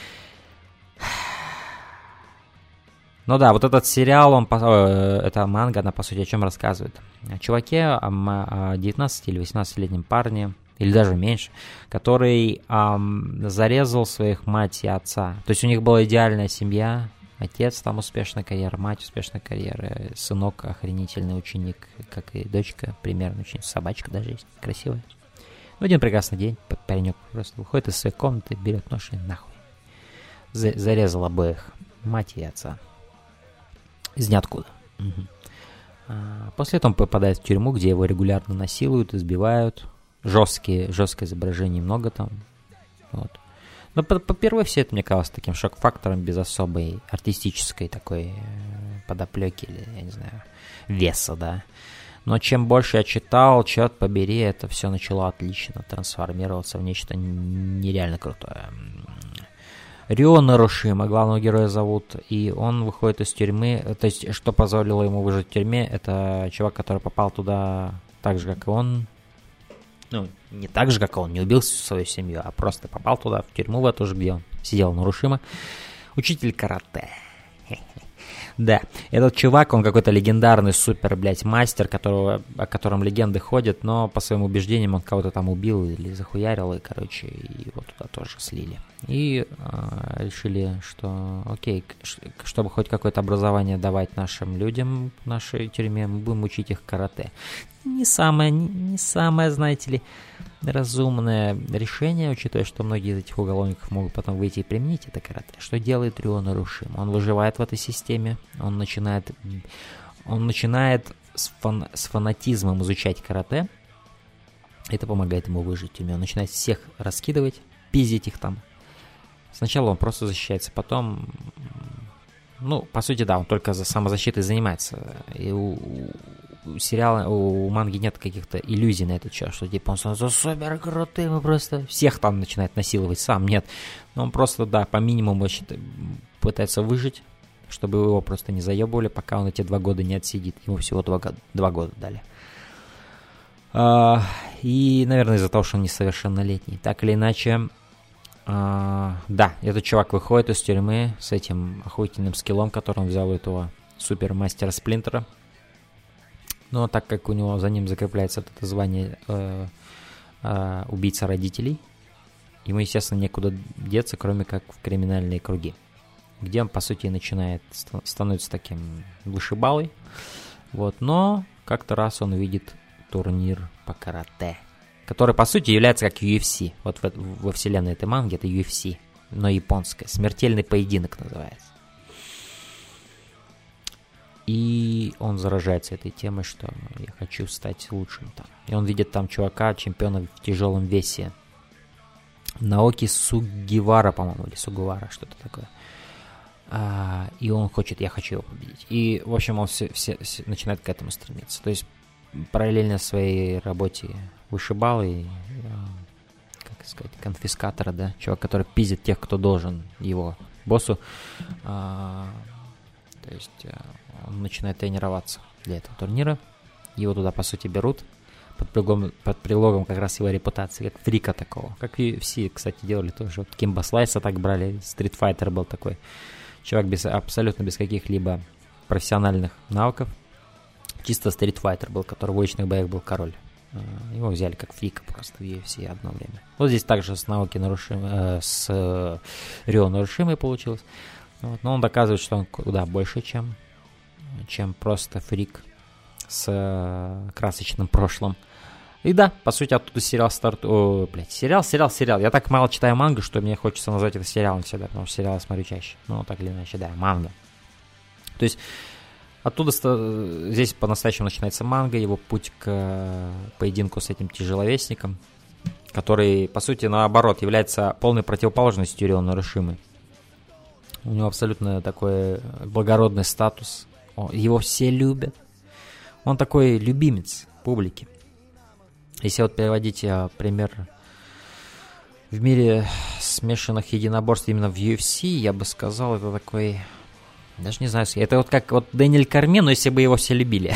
Ну да, вот этот сериал, он, эта манга, она, по сути, о чем рассказывает? О чуваке, о девятнадцати- или восемнадцатилетнем парне, или даже меньше, который эм, зарезал своих мать и отца. То есть у них была идеальная семья, отец там успешная карьера, мать успешная карьера, сынок охренительный ученик, как и дочка, примерно ученик, собачка даже есть, красивая. В один прекрасный день паренек просто выходит из своей комнаты, берет нож и нахуй. За- зарезал обоих, мать и отца. Из ниоткуда. Угу. А после этого он попадает в тюрьму, где его регулярно насилуют, избивают. Жесткие, жесткое изображение много там. Вот. Но по, по первой все это мне казалось таким шок-фактором без особой артистической такой подоплеки или, я не знаю, веса, да. Но чем больше я читал, черт побери, это все начало отлично трансформироваться в нечто нереально крутое. Рё Нарошима, главного героя зовут, и он выходит из тюрьмы, то есть, что позволило ему выжить в тюрьме, это чувак, который попал туда так же, как и он, ну, не так же, как и он, не убил свою семью, а просто попал туда, в тюрьму в эту же, где он сидел Нарошима, учитель карате. Да, этот чувак, он какой-то легендарный супер, блядь, мастер, которого, о котором легенды ходят, но по своим убеждениям он кого-то там убил или захуярил, и, короче, его туда тоже слили. И э, решили, что, окей, чтобы хоть какое-то образование давать нашим людям в нашей тюрьме, мы будем учить их карате. Не самое, не, не самое, знаете ли, разумное решение, учитывая, что многие из этих уголовников могут потом выйти и применить это карате. Что делает Рё Нарушима? Он выживает в этой системе, он начинает, он начинает с, фан, с фанатизмом изучать карате. Это помогает ему выжить в тюрьме. Он начинает всех раскидывать, пиздить их там. Сначала он просто защищается, потом, ну, по сути, да, он только за самозащитой занимается. И у, у сериала, у манги нет каких-то иллюзий на этот счет, что типа он становится супер крутым и просто всех там начинает насиловать, сам нет. Но он просто, да, по минимуму пытается выжить, чтобы его просто не заебывали, пока он эти два года не отсидит. Ему всего два, два года дали. А, и, наверное, из-за того, что он несовершеннолетний. Так или иначе, а, да, этот чувак выходит из тюрьмы с этим охуительным скиллом, который он взял у этого супермастера Сплинтера. Но так как у него за ним закрепляется это звание э, э, убийца родителей, ему, естественно, некуда деться, кроме как в криминальные круги, где он, по сути, начинает ст- становится таким вышибалой. Вот, но как-то раз он видит турнир по карате, который, по сути, является как ю эф си. Вот в, во вселенной этой манги это ю эф си, но японская. Смертельный поединок называется. И он заражается этой темой, что я хочу стать лучшим там. И он видит там чувака, чемпиона в тяжелом весе. Наоки Сугивара, по-моему, или Сугувара, что-то такое. А, и он хочет, я хочу его победить. И, в общем, он все, все, все начинает к этому стремиться. То есть, параллельно своей работе вышибалы, как сказать, конфискатора, да, чувак, который пиздит тех, кто должен его боссу. А, то есть... Он начинает тренироваться для этого турнира. Его туда, по сути, берут под предлогом, под предлогом как раз его репутации, как фрика такого. Как и все, кстати, делали тоже. Вот Кимба Слайса так брали, Street Fighter был такой. Чувак без, абсолютно без каких-либо профессиональных навыков. Чисто Street Fighter был, который в уличных боях был король. Его взяли как фрика просто в ю эф си одно время. Вот здесь также с Наоки Нарушимой, э, с э, Рё Нарушимой получилось. Вот. Но он доказывает, что он куда больше, чем... чем просто фрик с э, красочным прошлым. И да, по сути, оттуда сериал старт... О, блядь, сериал, сериал, сериал. Я так мало читаю мангу, что мне хочется назвать это сериалом всегда, потому что сериал я смотрю чаще. Ну, так или иначе, да, манга. То есть, оттуда здесь по-настоящему начинается манга, его путь к поединку с этим тяжеловесником, который, по сути, наоборот, является полной противоположностью Рё Нарушимы. У него абсолютно такой благородный статус. Его все любят. Он такой любимец публики. Если вот переводить а, пример в мире смешанных единоборств именно в ю эф си, я бы сказал, это такой... Даже не знаю, это вот как вот Дэниэль Кормье, но если бы его все любили.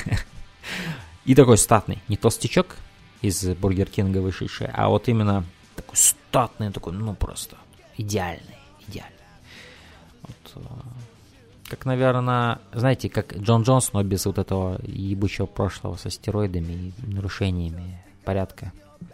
И такой статный. Не толстячок из Бургер Кинга вышедший, а вот именно такой статный, такой, ну просто идеальный, идеальный. Вот, как, наверное, знаете, как Джон Джонс, но без вот этого ебучего прошлого со стероидами и нарушениями порядка.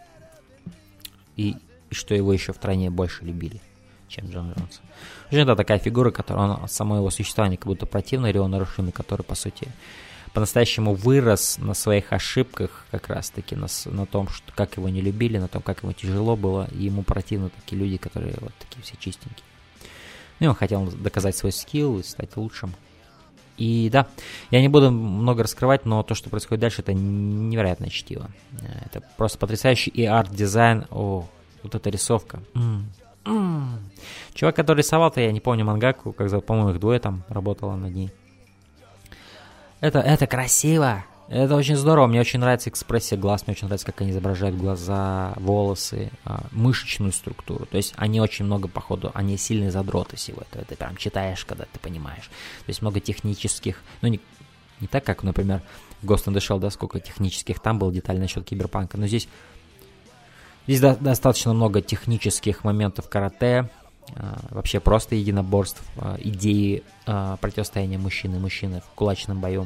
И, и что его еще втройне больше любили, чем Джон Джонс. Это такая фигура, которая, он, само его существование как будто противно Рё Нарушимой, который, по сути, по-настоящему вырос на своих ошибках, как раз-таки на, на том, что, как его не любили, на том, как ему тяжело было, и ему противны такие люди, которые вот такие все чистенькие. Ну, и он хотел доказать свой скилл и стать лучшим. И да, я не буду много раскрывать, но то, что происходит дальше, это невероятное чтиво. Это просто потрясающий и арт-дизайн. О, вот эта рисовка. М-м. М-м. Чувак, который рисовал-то, я не помню мангаку, как зовут, по-моему, их двое там работало над ней. Это, это красиво. Это очень здорово. Мне очень нравится экспрессия глаз, мне очень нравится, как они изображают глаза, волосы, мышечную структуру. То есть они очень много, походу, они сильные задроты всего этого. Ты прям читаешь, когда ты понимаешь. То есть много технических, ну не, не так, как, например, в Ghost in the Shell, да, сколько технических там было деталей насчет киберпанка. Но здесь, здесь до, достаточно много технических моментов карате, вообще просто единоборств, идеи противостояния мужчины и мужчины в кулачном бою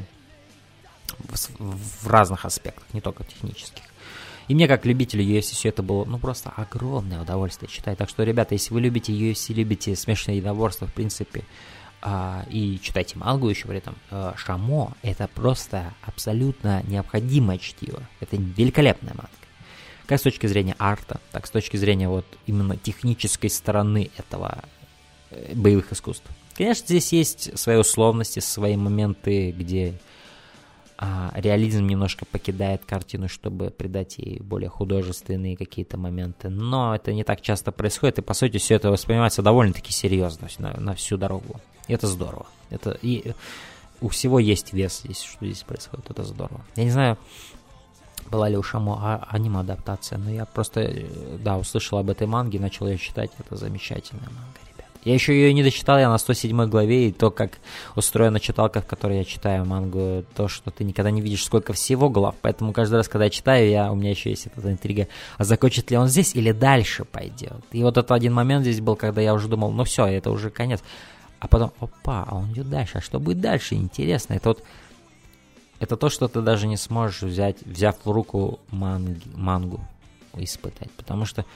в, в разных аспектах, не только технических. И мне, как любителю ю эф си, все это было, ну, просто огромное удовольствие читать. Так что, ребята, если вы любите ю эф си, любите смешанные единоборства, в принципе, а, и читайте мангу еще при этом, а, Шамо — это просто абсолютно необходимое чтиво. Это великолепная манга. Как с точки зрения арта, так с точки зрения вот именно технической стороны этого э, боевых искусств. Конечно, здесь есть свои условности, свои моменты, где а, реализм немножко покидает картину, чтобы придать ей более художественные какие-то моменты. Но это не так часто происходит, и по сути все это воспринимается довольно-таки серьезно на, на всю дорогу. И это здорово. Это, и у всего есть вес здесь, что здесь происходит. Это здорово. Я не знаю, была ли у Шамо а, аниме-адаптация, но я просто, да, услышал об этой манге, начал ее читать. Это замечательная манга, ребят. Я еще ее не дочитал, я на сто седьмой главе, и то, как устроена читалка, в которой я читаю мангу, то, что ты никогда не видишь, сколько всего глав, поэтому каждый раз, когда я читаю, я, у меня еще есть эта интрига, а закончит ли он здесь или дальше пойдет. И вот этот один момент здесь был, когда я уже думал, ну все, это уже конец. А потом, опа, а он идет дальше, а что будет дальше? Интересно, это вот это то, что ты даже не сможешь взять, взяв в руку манги, мангу, испытать. Потому что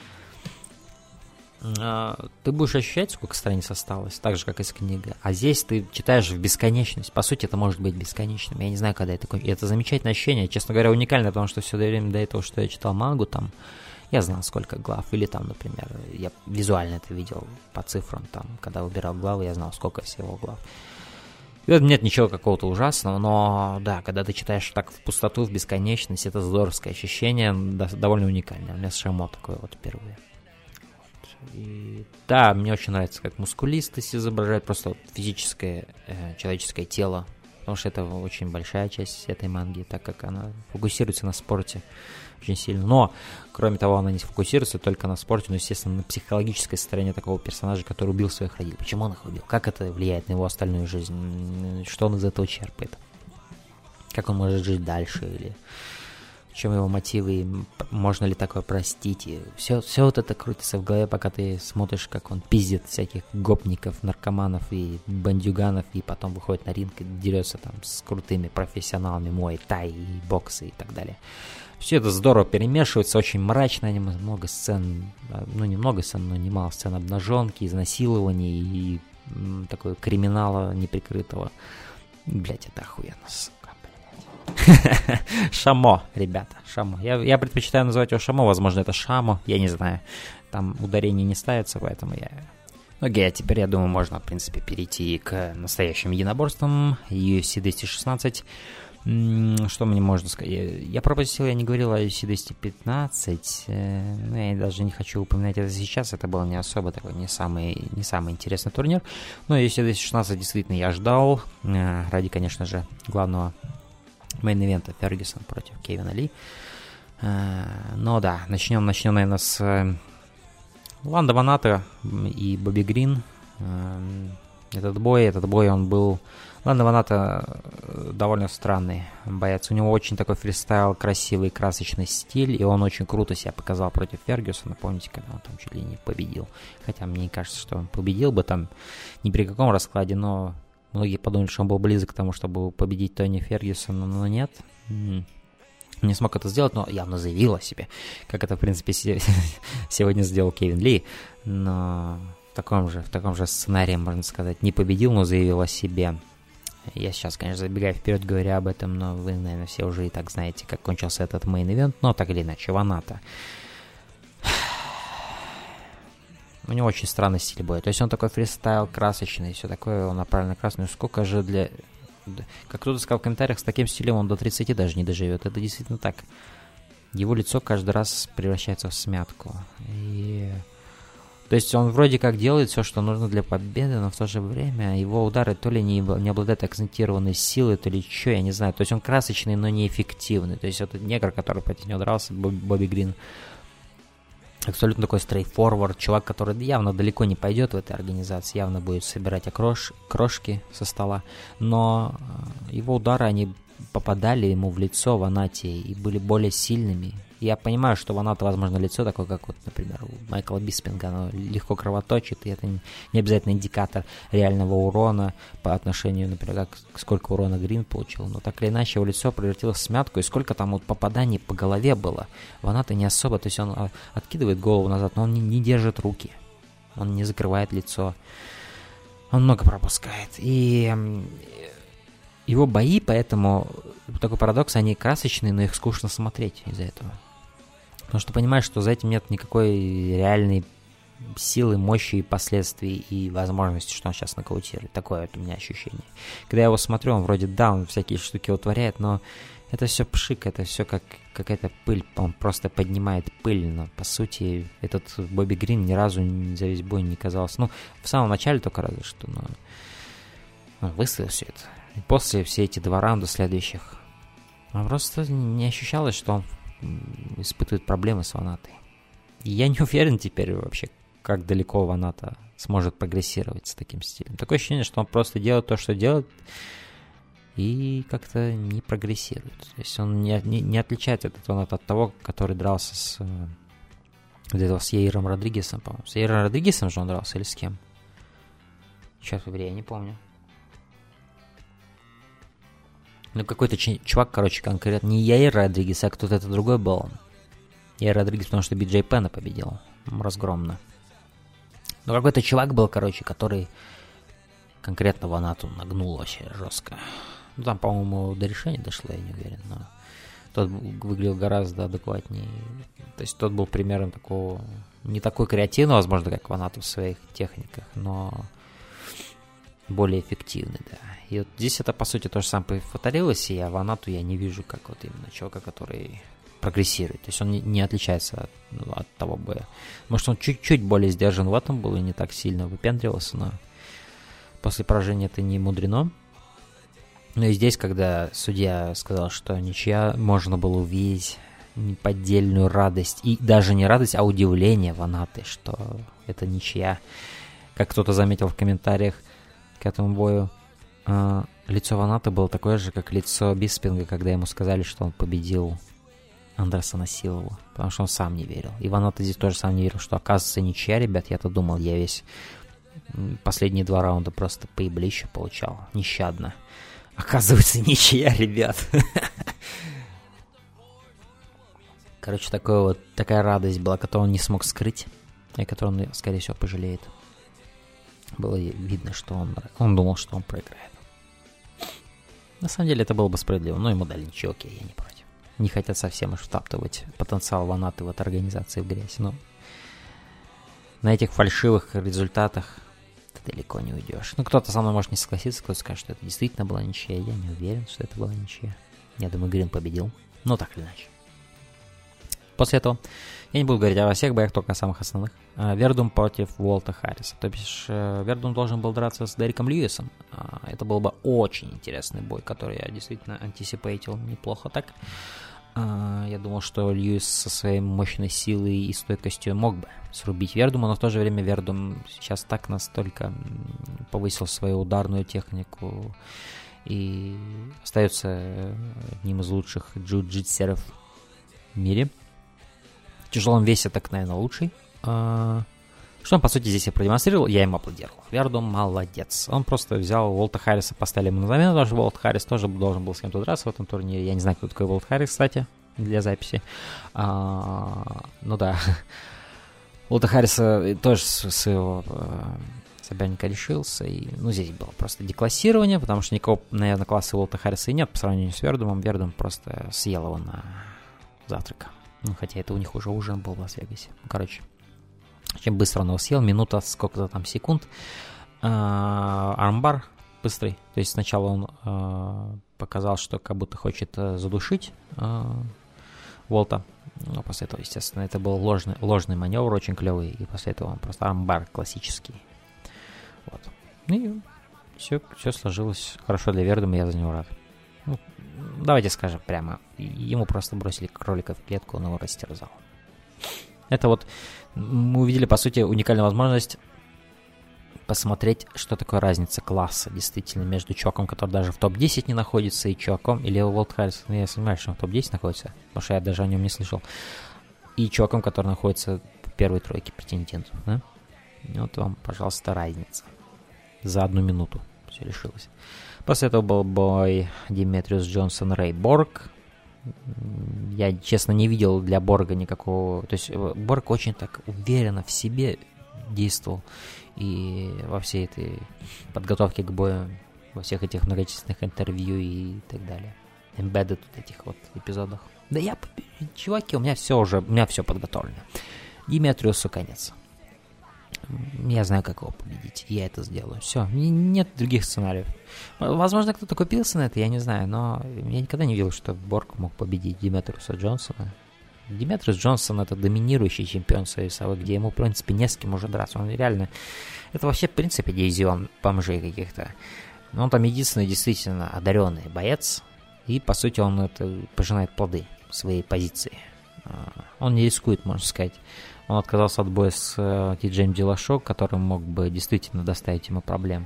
э, ты будешь ощущать, сколько страниц осталось, так же, как и с книгой. А здесь ты читаешь в бесконечность. По сути, это может быть бесконечным. Я не знаю, когда это кончится. Это замечательное ощущение, честно говоря, уникальное, потому что все время до этого, что я читал мангу, там, я знал, сколько глав. Или там, например, я визуально это видел по цифрам, там, когда выбирал главы, я знал, сколько всего глав. И вот нет ничего какого-то ужасного, но да, когда ты читаешь так в пустоту, в бесконечность, это здоровское ощущение, да, довольно уникальное. У меня с Шамо такое вот впервые. Вот. И, да, мне очень нравится, как мускулистость изображает, просто вот физическое э, человеческое тело, потому что это очень большая часть этой манги, так как она фокусируется на спорте очень сильно. Но, кроме того, она не фокусируется только на спорте, но, естественно, на психологической стороне такого персонажа, который убил своих родителей. Почему он их убил? Как это влияет на его остальную жизнь? Что он из этого черпает? Как он может жить дальше? Или в чем его мотивы? Можно ли такое простить? И все, все вот это крутится в голове, пока ты смотришь, как он пиздит всяких гопников, наркоманов и бандюганов, и потом выходит на ринг и дерется там с крутыми профессионалами муай-тай и боксы и так далее. Все это здорово перемешивается, очень мрачно, много сцен, ну не много сцен, но немало сцен обнаженки, изнасилований и м, такого криминала неприкрытого. Блять, это охуенно, сука, блядь. Шамо, ребята, Шамо. Я, я предпочитаю называть его Шамо, возможно, это Шамо, я не знаю. Там ударение не ставится, поэтому я... Окей, а теперь, я думаю, можно, в принципе, перейти к настоящим единоборствам. ю эф си двести шестнадцать. Что мне можно сказать? Я пропустил, я не говорил о ю эф си двести пятнадцать. Ну, я даже не хочу упоминать это сейчас. Это был не особо такой, не самый, не самый интересный турнир. Но ю эф си двести шестнадцать действительно я ждал. Ради, конечно же, главного мейн-ивента Фергюсон против Кевина Ли. Но да, начнем, начнем, наверное, с Ландо Ванато и Бобби Грин. Этот бой, этот бой, он был... Ландо Ванато довольно странный боец. У него очень такой фристайл, красивый, красочный стиль, и он очень круто себя показал против Фергюсона. Помните, когда он там чуть ли не победил? Хотя мне кажется, что он победил бы там ни при каком раскладе, но многие подумали, что он был близок к тому, чтобы победить Тони Фергюсона, но нет. Не смог это сделать, но явно заявил о себе, как это, в принципе, сегодня сделал Кевин Ли. Но в таком же, в таком же сценарии, можно сказать, не победил, но заявил о себе. Я сейчас, конечно, забегаю вперед, говоря об этом, но вы, наверное, все уже и так знаете, как кончился этот мейн-ивент, но так или иначе, Ванато. У него очень странный стиль боя. То есть он такой фристайл, красочный, все такое, он направлен на красную. Сколько же для... Как кто-то сказал в комментариях, с таким стилем он до тридцати даже не доживет. Это действительно так. Его лицо каждый раз превращается в смятку. И... То есть он вроде как делает все, что нужно для победы, но в то же время его удары то ли не, не обладают акцентированной силой, то ли что, я не знаю. То есть он красочный, но неэффективный. То есть этот негр, который против него дрался, Бобби Грин, абсолютно такой straightforward, чувак, который явно далеко не пойдет в этой организации, явно будет собирать окрош, крошки со стола, но его удары, они попадали ему в лицо, Ванате, и были более сильными, Я понимаю, что Ваната, возможно, лицо такое, как вот, например, у Майкла Биспинга, оно легко кровоточит, и это не обязательно индикатор реального урона по отношению, например, как сколько урона Грин получил. Но так или иначе, его лицо превратилось в смятку, и сколько там вот попаданий по голове было. Ваната не особо, то есть он откидывает голову назад, но он не, не держит руки, он не закрывает лицо, он много пропускает. И его бои, поэтому такой парадокс, они красочные, но их скучно смотреть из-за этого. Потому что понимаешь, что за этим нет никакой реальной силы, мощи и последствий, и возможности, что он сейчас нокаутирует. Такое вот у меня ощущение. Когда я его смотрю, он вроде, да, он всякие штуки утворяет, но это все пшик, это все как какая-то пыль, он просто поднимает пыль, но по сути этот Бобби Грин ни разу за весь бой не казался. Ну, в самом начале только разве что, но он выставил все это. И после все эти два раунда следующих, он просто не ощущалось, что он испытывает проблемы с Ванатой. И я не уверен теперь вообще, как далеко Ваната сможет прогрессировать с таким стилем. Такое ощущение, что он просто делает то, что делает, и как-то не прогрессирует. То есть он не, не, не отличается этот Ваната от того, который дрался с, где-то с Яиром Родригесом, по-моему. С Яиром Родригесом же он дрался или с кем? Сейчас выбери, я не помню. Ну, какой-то ч- чувак, короче, конкретно не Яир Родригес, а кто-то это другой был. Яир Родригес, потому что Би-Джей Пенна победил разгромно. Но какой-то чувак был, короче, который конкретно Ванату нагнул вообще жестко. Ну, там, по-моему, до решения дошло, я не уверен, но тот выглядел гораздо адекватнее. То есть тот был примером такого, не такой креативный, возможно, как Ванату в своих техниках, но более эффективный, да. И вот здесь это, по сути, то же самое повторилось, и я Ванату я не вижу как вот именно человека, который прогрессирует. То есть он не, не отличается от, ну, от того боя. Может, он чуть-чуть более сдержан в этом был и не так сильно выпендривался, но после поражения это не мудрено. Ну и здесь, когда судья сказал, что ничья, можно было увидеть неподдельную радость. И даже не радость, а удивление Ванаты, что это ничья. Как кто-то заметил в комментариях к этому бою, э, лицо Ванаты было такое же, как лицо Биспинга, когда ему сказали, что он победил Андерсона Силову, потому что он сам не верил. И Ваната здесь тоже сам не верил, что оказывается ничья, ребят. Я-то думал, я весь последние два раунда просто поеблище получал, нещадно. Оказывается, ничья, ребят. Короче, такой вот, такая радость была, которую он не смог скрыть, и которую он, скорее всего, пожалеет. Было видно, что он, он думал, что он проиграет. На самом деле, это было бы справедливо, но ему дали ничего, окей, я не против. Не хотят совсем уж втаптывать потенциал Ванаты в этой организации в грязь, но на этих фальшивых результатах ты далеко не уйдешь. Ну, кто-то со мной может не согласиться, кто-то скажет, что это действительно была ничья. Я не уверен, что это была ничья. Я думаю, Грин победил. Но так или иначе. После этого я не буду говорить о всех боях, только о самых основных. Вердум против Уолта Харриса. То есть Вердум должен был драться с Дериком Льюисом. Это был бы очень интересный бой, который я действительно антисипейтил неплохо так. Я думал, что Льюис со своей мощной силой и стойкостью мог бы срубить Вердума, но в то же время Вердум сейчас так настолько повысил свою ударную технику и остается одним из лучших джиу-джитсеров в мире. В тяжелом весе так, наверное, лучший. Что он, по сути, здесь и продемонстрировал, я ему аплодировал. Вердум молодец. Он просто взял Уолта Харриса, поставили ему на замену, потому что Уолт Харрис тоже должен был с кем-то драться в этом турнире. Я не знаю, кто такой Уолт Харрис, кстати, для записи. А, ну да. Уолта Харриса тоже своего соперника решился. И, ну, здесь было просто деклассирование, потому что никакого, наверное, класса Уолта Харриса и нет по сравнению с Вердумом. Вердум просто съел его на завтрак. Ну, хотя это у них уже ужин был в Лас-Вегасе. Короче. Чем быстро он его съел, минута, сколько-то там секунд. А, армбар быстрый. То есть сначала он а, показал, что как будто хочет а, задушить а, Уолта. Но после этого, естественно, это был ложный, ложный маневр, очень клевый. И после этого он просто армбар классический. Вот. И все, все сложилось хорошо для Вердума, я за него рад. Ну, давайте скажем прямо. Ему просто бросили кролика в клетку, он его растерзал. Это вот мы увидели, по сути, уникальную возможность посмотреть, что такое разница класса, действительно, между чуваком, который даже в топ десять не находится, и чуваком, или Уолт Харрис, ну, я сомневаюсь, что он в топ десять находится, потому что я даже о нем не слышал, и чуваком, который находится в первой тройке претендентов, да? Вот вам, пожалуйста, разница. За одну минуту все решилось. После этого был бой Диметриус Джонсон, Рэй Борг. Я, честно, не видел для Борга никакого... То есть Борг очень так уверенно в себе действовал. И во всей этой подготовке к бою, во всех этих многочисленных интервью и так далее. Embedded вот этих вот эпизодах. Да я... Чуваки, у меня все уже... У меня все подготовлено. Диметриусу конец. Я знаю, как его победить. Я это сделаю. Все. Нет других сценариев. Возможно, кто-то купился на это, я не знаю. Но я никогда не видел, что Борг мог победить Диметриуса Джонсона. Диметриус Джонсон — это доминирующий чемпион весовой, где ему, в принципе, не с кем уже драться. Он реально... Это вообще, в принципе, дивизион бомжей каких-то. Но он там единственный действительно одаренный боец. И, по сути, он это пожинает плоды своей позиции. Он не рискует, можно сказать. Он отказался от боя с э, Ти-Джеем Дилашо, который мог бы действительно доставить ему проблем.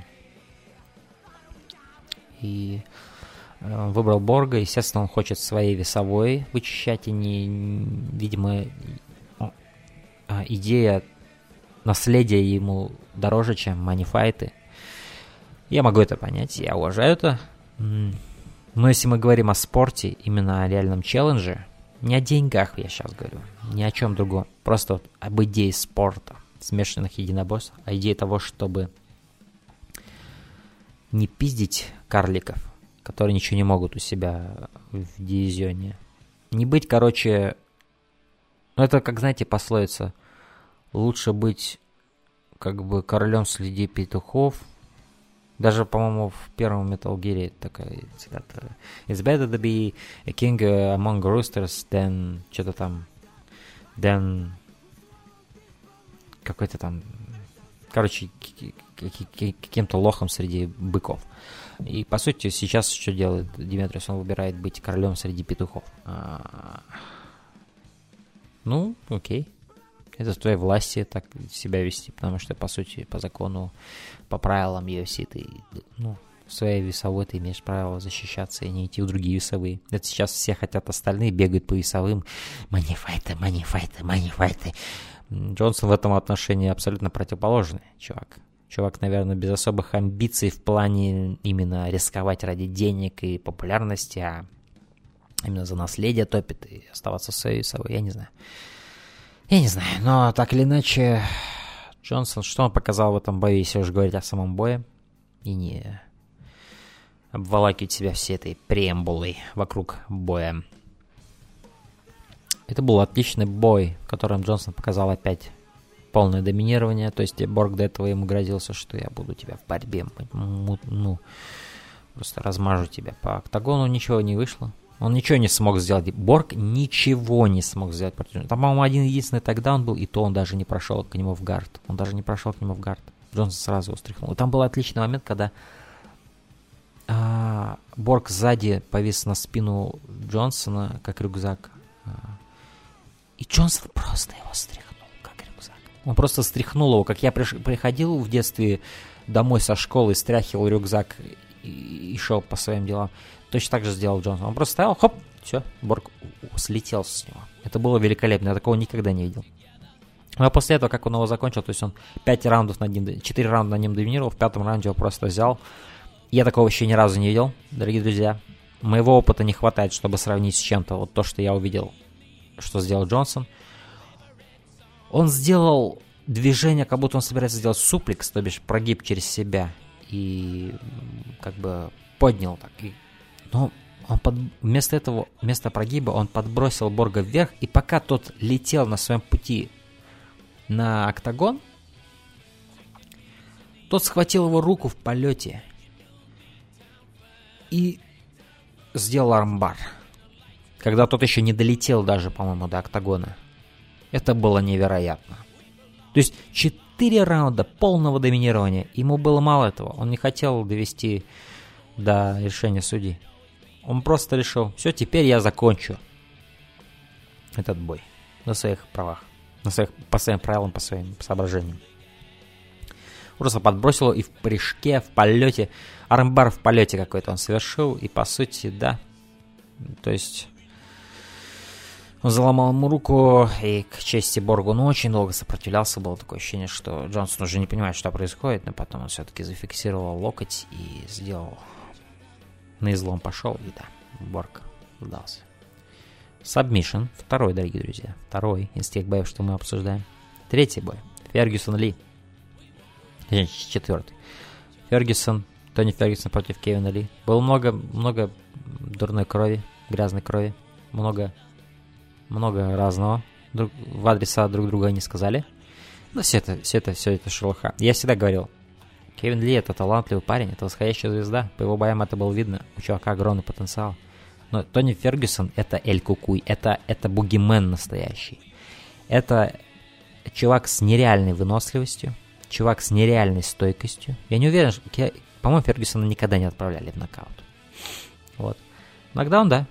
И э, выбрал Борга. Естественно, он хочет своей весовой вычищать. И, не, видимо, э, идея наследия ему дороже, чем манифайты. Я могу это понять, я уважаю это. Но если мы говорим о спорте, именно о реальном челлендже, не о деньгах я сейчас говорю, ни о чем другом. Просто вот об идее спорта, смешанных единоборств, о идее того, чтобы не пиздить карликов, которые ничего не могут у себя в дивизионе. Не быть, короче... Ну, это, как, знаете, пословица. Лучше быть, как бы, королем среди петухов. Даже, по-моему, в первом Metal Gear такая цитата. It's better to be a king among roosters than... Что-то там... Than... Какой-то там... Короче, каким-то лохом среди быков. И, по сути, сейчас что делает Диметриус? Он выбирает быть королем среди петухов. А... Ну, окей. Это в твоей власти так себя вести, потому что, по сути, по закону, по правилам ю эф си, ты, ну, в своей весовой ты имеешь право защищаться и не идти в другие весовые. Это сейчас все хотят, остальные бегают по весовым. Манифайты, манифайты, манифайты. Джонсон в этом отношении абсолютно противоположный чувак. Чувак, наверное, без особых амбиций в плане именно рисковать ради денег и популярности, а именно за наследие топит и оставаться в своей весовой, я не знаю. Я не знаю, но так или иначе, Джонсон, что он показал в этом бою, если уж говорить о самом бое, и не обволакивать себя всей этой преамбулой вокруг боя. Это был отличный бой, в котором Джонсон показал опять полное доминирование, то есть Борг до этого ему грозился, что я буду тебя в борьбе, ну, просто размажу тебя по октагону, ничего не вышло. Он ничего не смог сделать. Борг ничего не смог сделать против него. Там, по-моему, один единственный тогда он был, и то он даже не прошел к нему в гард. Он даже не прошел к нему в гард. Джонсон сразу его стряхнул. И там был отличный момент, когда а, Борг сзади повис на спину Джонсона, как рюкзак. А, и Джонсон просто его стряхнул, как рюкзак. Он просто стряхнул его. Как я приш- приходил в детстве домой со школы, стряхивал рюкзак и, и шел по своим делам. Точно так же сделал Джонсон. Он просто стоял, хоп, все, Борг слетел с него. Это было великолепно, я такого никогда не видел. А после этого, как он его закончил, то есть он пять раундов над ним, четыре раунда на нем доминировал, в пятом раунде его просто взял. Я такого еще ни разу не видел, дорогие друзья. Моего опыта не хватает, чтобы сравнить с чем-то вот то, что я увидел, что сделал Джонсон. Он сделал движение, как будто он собирается сделать суплекс, то бишь прогиб через себя. И как бы поднял так, и но он под... вместо этого, вместо прогиба он подбросил Борга вверх, и пока тот летел на своем пути на октагон, тот схватил его руку в полете и сделал армбар, когда тот еще не долетел даже, по-моему, до октагона. Это было невероятно. То есть четыре раунда полного доминирования. Ему было мало этого. Он не хотел довести до решения судей. Он просто решил, все, теперь я закончу этот бой на своих правах, на своих, по своим правилам, по своим соображениям. Просто подбросил его и в прыжке, в полете, армбар в полете какой-то он совершил. И по сути, да, то есть он заломал ему руку, и к чести Борга он очень долго сопротивлялся. Было такое ощущение, что Джонсон уже не понимает, что происходит, но потом он все-таки зафиксировал локоть и сделал... На излом пошел, и да, Борг сдался. Сабмишн, второй, дорогие друзья. Второй из тех боев, что мы обсуждаем. Третий бой. Фергюсон Ли. Четвертый. Фергюсон, Тони Фергюсон против Кевина Ли. Было много, много дурной крови, грязной крови. Много, много разного. Друг, в адреса друг друга они сказали. Но все это, все это, все это шелуха. Я всегда говорил, Кевин Ли — это талантливый парень, это восходящая звезда. По его боям это было видно. У чувака огромный потенциал. Но Тони Фергюсон — это Эль Кукуй. Это, это бугимен настоящий. Это чувак с нереальной выносливостью. Чувак с нереальной стойкостью. Я не уверен, что... По-моему, Фергюсона никогда не отправляли в нокаут. Вот. Нокдаун, да.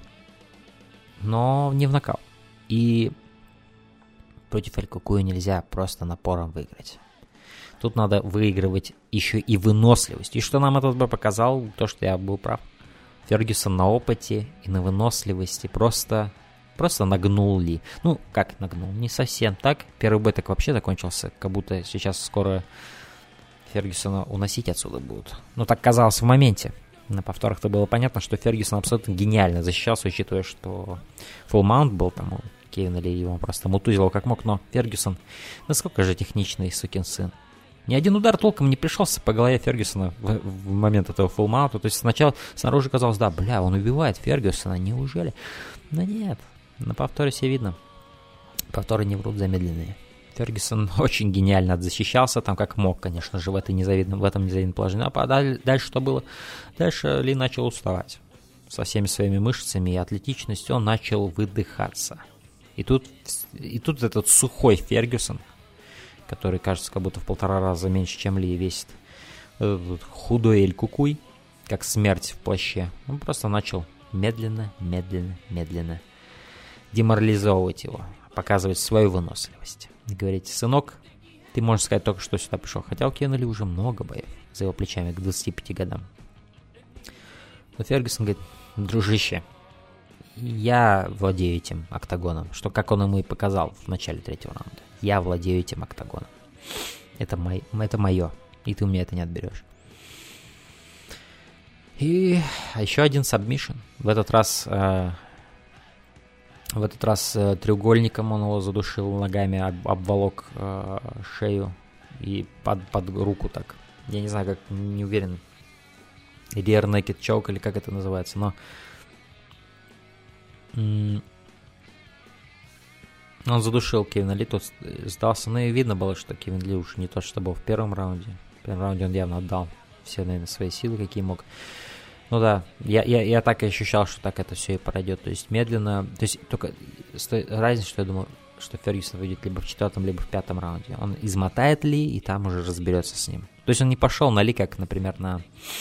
Но не в нокаут. И против Эль Кукуя нельзя просто напором выиграть. Тут надо выигрывать еще и выносливость. И что нам этот бой показал, то, что я был прав. Фергюсон на опыте и на выносливости просто, просто нагнул Ли. Ну, как нагнул? Не совсем так. Первый бой так вообще закончился, как будто сейчас скоро Фергюсона уносить отсюда будут. Ну, так казалось в моменте. На повторах-то было понятно, что Фергюсон абсолютно гениально защищался, учитывая, что фулл-маунт был там у Кевина Ли, его просто мутузил как мог. Но Фергюсон, насколько же техничный сукин сын. Ни один удар толком не пришелся по голове Фергюсона в, в момент этого фулл-маунта. То есть сначала снаружи казалось, да, бля, он убивает Фергюсона, неужели? Но нет, на повторе все видно. Повторы не врут, замедленные. Фергюсон очень гениально защищался, там как мог, конечно же, в, этой незавидном, в этом незавидном положении. А дальше что было? Дальше Ли начал уставать. Со всеми своими мышцами и атлетичностью он начал выдыхаться. И тут, и тут этот сухой Фергюсон, который, кажется, как будто в полтора раза меньше, чем Ли весит. Этот худой Эль Кукуй, как смерть в плаще. Он просто начал медленно, медленно, медленно деморализовывать его, показывать свою выносливость. И говорить, сынок, ты можешь сказать только, что сюда пришел. Хотя у Кевина Ли уже много боев за его плечами к двадцати пяти годам. Но Фергюсон говорит, дружище, я владею этим октагоном, что как он ему и показал в начале третьего раунда. Я владею этим октагоном. Это, мой, это мое, и ты у меня это не отберешь. И а еще один сабмишн. В этот раз, э, в этот раз э, треугольником он его задушил ногами, об, обволок э, шею и под, под руку так. Я не знаю, как, не уверен. Rear Naked Choke или как это называется, но м- он задушил Кевина Ли, тот сдался. Ну и видно было, что Кевин Ли уж не то, что был в первом раунде. В первом раунде он явно отдал все, наверное, свои силы, какие мог. Ну да, я, я, я так и ощущал, что так это все и пройдет. То есть медленно... То есть только разница, что я думал, что Фергюсон выйдет либо в четвертом, либо в пятом раунде. Он измотает Ли и там уже разберется с ним. То есть он не пошел на Ли, как, например, на,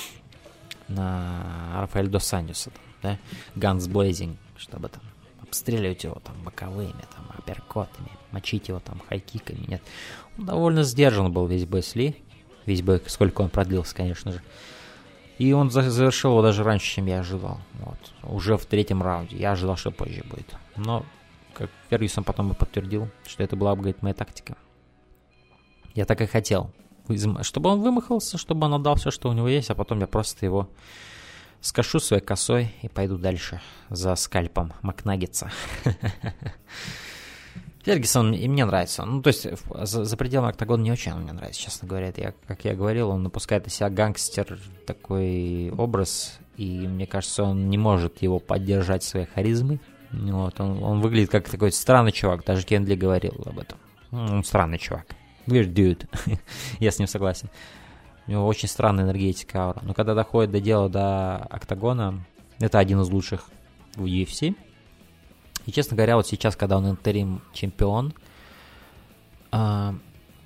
на Рафаэль дос Аньоса, да? Guns Blazing, чтобы там обстреливать его там боковыми, там, апперкотами, мочить его там хайкиками. Нет, он довольно сдержан был весь бой с Ли. Весь бой, сколько он продлился, конечно же. И он завершил его даже раньше, чем я ожидал. Вот. Уже в третьем раунде. Я ожидал, что позже будет. Но, как Фергюсон потом и подтвердил, что это была, говорит, моя тактика. Я так и хотел. Чтобы он вымахался, чтобы он отдал все, что у него есть, а потом я просто его скошу своей косой и пойду дальше за скальпом Макнаггетса. Фергюсон, и мне нравится. Ну, то есть, за, за пределами октагона не очень он мне нравится, честно говоря. Это я, как я говорил, он напускает из себя гангстер такой образ, и мне кажется, он не может его поддержать своей харизмой. Вот, он, он выглядит как такой странный чувак, даже Кевин Ли говорил об этом. Он странный чувак. Weird dude. Я с ним согласен. У него очень странная энергетика, аура. Но когда доходит до дела до октагона, это один из лучших в ю эф си. И, честно говоря, вот сейчас, когда он интерим чемпион, а,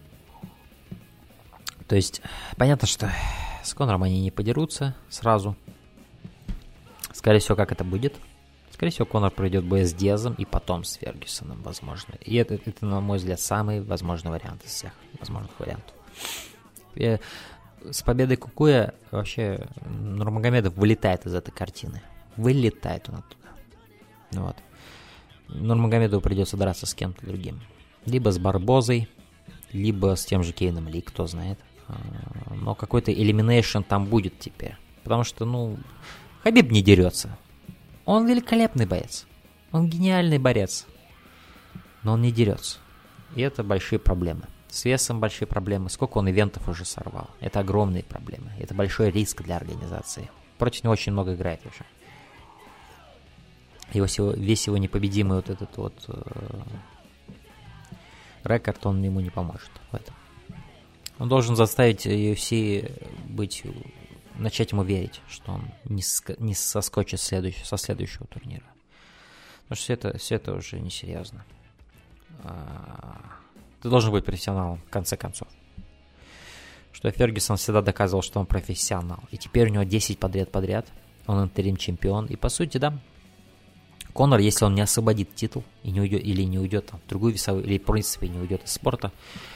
то есть, понятно, что с Конором они не подерутся сразу. Скорее всего, как это будет? Скорее всего, Конор пройдет бой с Диазом и потом с Фергюсоном, возможно. И это, это, на мой взгляд, самый возможный вариант из всех возможных вариантов. э, с победой Кукуя вообще Нурмагомедов вылетает из этой картины. Вылетает он оттуда. Вот. Нурмагомедову придется драться с кем-то другим. Либо с Барбозой, либо с тем же Кейном Ли, кто знает. Но какой-то элиминейшн там будет теперь. Потому что, ну, Хабиб не дерется. Он великолепный боец. Он гениальный борец. Но он не дерется. И это большие проблемы. С весом большие проблемы. Сколько он ивентов уже сорвал. Это огромные проблемы. Это большой риск для организации. Против него очень много играет уже. Его, весь его непобедимый вот этот вот э, рекорд, он ему не поможет в этом. Он должен заставить ю эф си быть, начать ему верить, что он не, ск- не соскочит следующий, со следующего турнира. Потому что все это, все это уже несерьезно. А, ты должен быть профессионалом, в конце концов. Что Фергюсон всегда доказывал, что он профессионал. И теперь у него десять подряд-подряд. Он интерим-чемпион. И по сути, да, Конор, если он не освободит титул и не уйдет, или не уйдет там, в другую весовую, или в принципе не уйдет из спорта,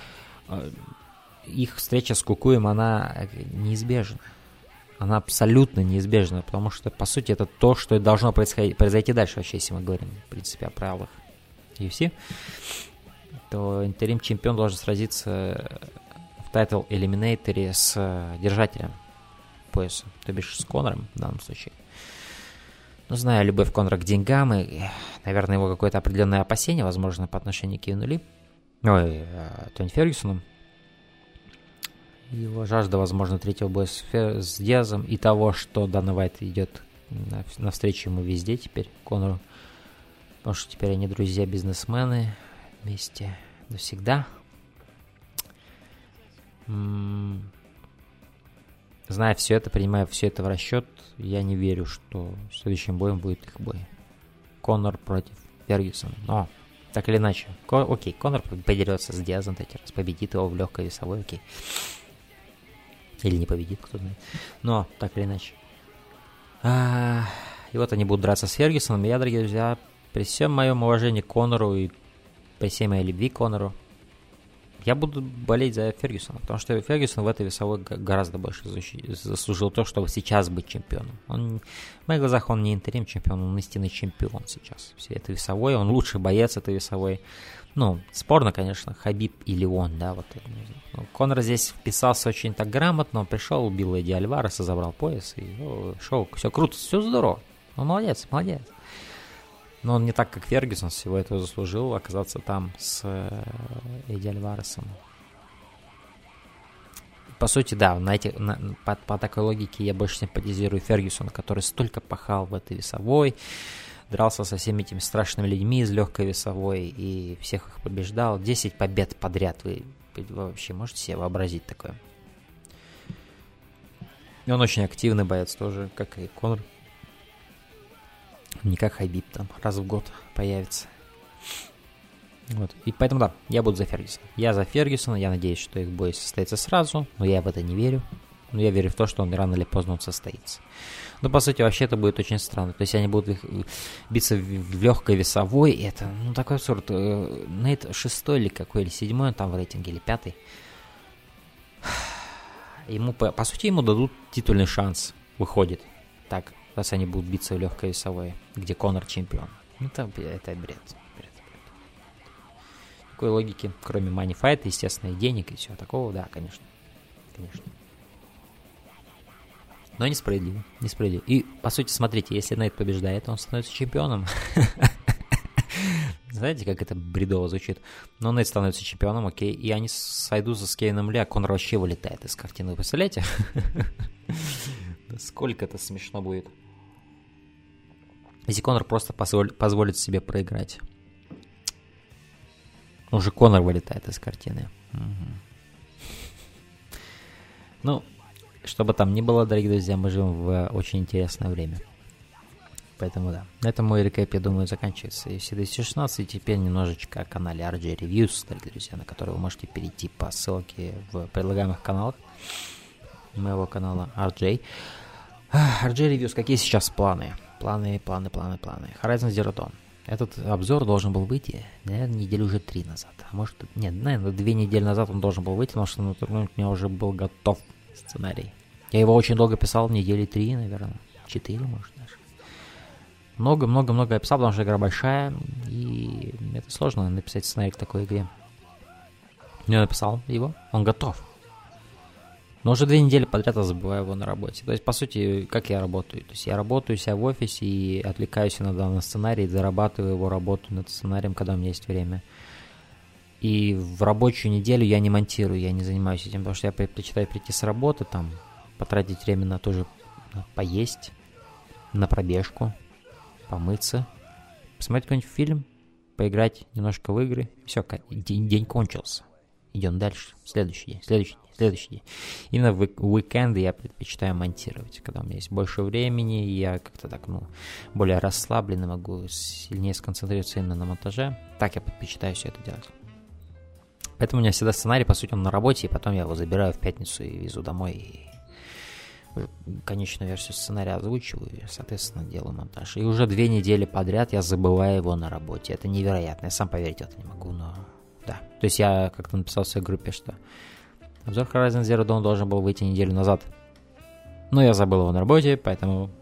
их встреча с Кукуем, она неизбежна. Она абсолютно неизбежна, потому что, по сути, это то, что должно произойти дальше, вообще, если мы говорим, в принципе, о правилах ю эф си, то интерим-чемпион должен сразиться в тайтл элиминейторе с держателем пояса, то бишь с Конором в данном случае. Ну, зная любовь Конора к деньгам и, наверное, его какое-то определенное опасение, возможно, по отношению к Кейну Ли, ой, Тони Фергюсону, его жажда, возможно, третьего боя с, Фер... с Диазом и того, что Дана Уайт идет навстречу ему везде теперь, Конору, потому что теперь они друзья-бизнесмены вместе навсегда. М-м- Зная все это, принимая все это в расчет, я не верю, что следующим боем будет их бой. Конор против Фергюсона. Но, так или иначе, Ко- окей, Конор подерется с Диазом третий раз, победит его в легкой весовой, окей. Или не победит, кто знает. Но, так или иначе. А- и вот они будут драться с Фергюсоном. И я, дорогие друзья, при всем моем уважении к Конору и при всей моей любви к Конору, я буду болеть за Фергюсона, потому что Фергюсон в этой весовой гораздо больше заслужил то, чтобы сейчас быть чемпионом. Он, в моих глазах он не интерим-чемпион, он истинный чемпион сейчас. Все это весовой, он лучший боец этой весовой. Ну, спорно, конечно, Хабиб или он, да, вот. Ну, Конор здесь вписался очень так грамотно, он пришел, убил Эдди Альвареса, забрал пояс, и о, шоу, все круто, все здорово. Он молодец, молодец. Но он не так, как Фергюсон, всего этого заслужил оказаться там с Эдди Альваресом. По сути, да, на эти, на, по, по такой логике я больше симпатизирую Фергюсона, который столько пахал в этой весовой, дрался со всеми этими страшными людьми из легкой весовой и всех их побеждал. десять побед подряд. Вы, вы вообще можете себе вообразить такое? И он очень активный боец тоже, как и Конор. Не как Хабиб там раз в год появится. Вот. И поэтому да, я буду за Фергюсона. Я за Фергюсона, я надеюсь, что их бой состоится сразу, но я в это не верю. Но я верю в то, что он рано или поздно он состоится. Но по сути вообще это будет очень странно. То есть они будут биться в легкой весовой, и это, ну, такой абсурд. Нейт шестой или какой, или седьмой он там в рейтинге, или пятый. Ему, по, по сути, ему дадут титульный шанс, выходит. Так, раз они будут биться в легкой весовой, где Конор чемпион. Это, это бред. бред, бред. Такой логики, кроме money fight, естественно, и денег, и всего такого, да, конечно. Конечно. Но несправедливо. Несправедливо. И, по сути, смотрите, если Нейт побеждает, он становится чемпионом. Знаете, как это бредово звучит? Но Нейт становится чемпионом, окей, и они сойдутся с Кейном Ли, а Конор вообще вылетает из картины. Вы представляете? Сколько это смешно будет. Если Конор просто позволит, позволит себе проиграть. Уже Конор вылетает из картины. Угу. Ну, что бы там ни было, дорогие друзья, мы живем в очень интересное время. Поэтому да. На этом мой рекэп, я думаю, заканчивается. ю эф си двести шестнадцать. И теперь немножечко о канале ар джей Reviews, дорогие друзья, на который вы можете перейти по ссылке в предлагаемых каналах моего канала ар джей. ар джей Reviews, какие сейчас планы? Планы, планы, планы, планы. Horizon Zero Dawn. Этот обзор должен был выйти, наверное, неделю уже три назад. А может, нет, наверное, две недели назад он должен был выйти, потому что на тот момент у меня уже был готов сценарий. Я его очень долго писал, недели три, наверное, четыре, может, даже. Много-много-много я писал, потому что игра большая, и это сложно написать сценарий к такой игре. Я написал его, он готов. Но уже две недели подряд я забываю его на работе. То есть, по сути, как я работаю? То есть, я работаю себя в офисе и отвлекаюсь иногда на сценарий, зарабатываю его работу над сценарием, когда у меня есть время. И в рабочую неделю я не монтирую, я не занимаюсь этим, потому что я предпочитаю прийти с работы, там, потратить время на тоже на поесть, на пробежку, помыться, посмотреть какой-нибудь фильм, поиграть немножко в игры. Все, день, день кончился. Идем дальше. Следующий день, следующий день, следующий день. Именно в уикенды я предпочитаю монтировать, когда у меня есть больше времени, и я как-то так, ну, более расслабленно могу сильнее сконцентрироваться именно на монтаже. Так я предпочитаю все это делать. Поэтому у меня всегда сценарий, по сути, он на работе, и потом я его забираю в пятницу и везу домой, и конечную версию сценария озвучиваю, и, соответственно, делаю монтаж. И уже две недели подряд я забываю его на работе. Это невероятно. Я сам поверить в это не могу, но... Да. То есть я как-то написал в своей группе, что обзор Horizon Zero Dawn должен был выйти неделю назад. Но я забыл его на работе, поэтому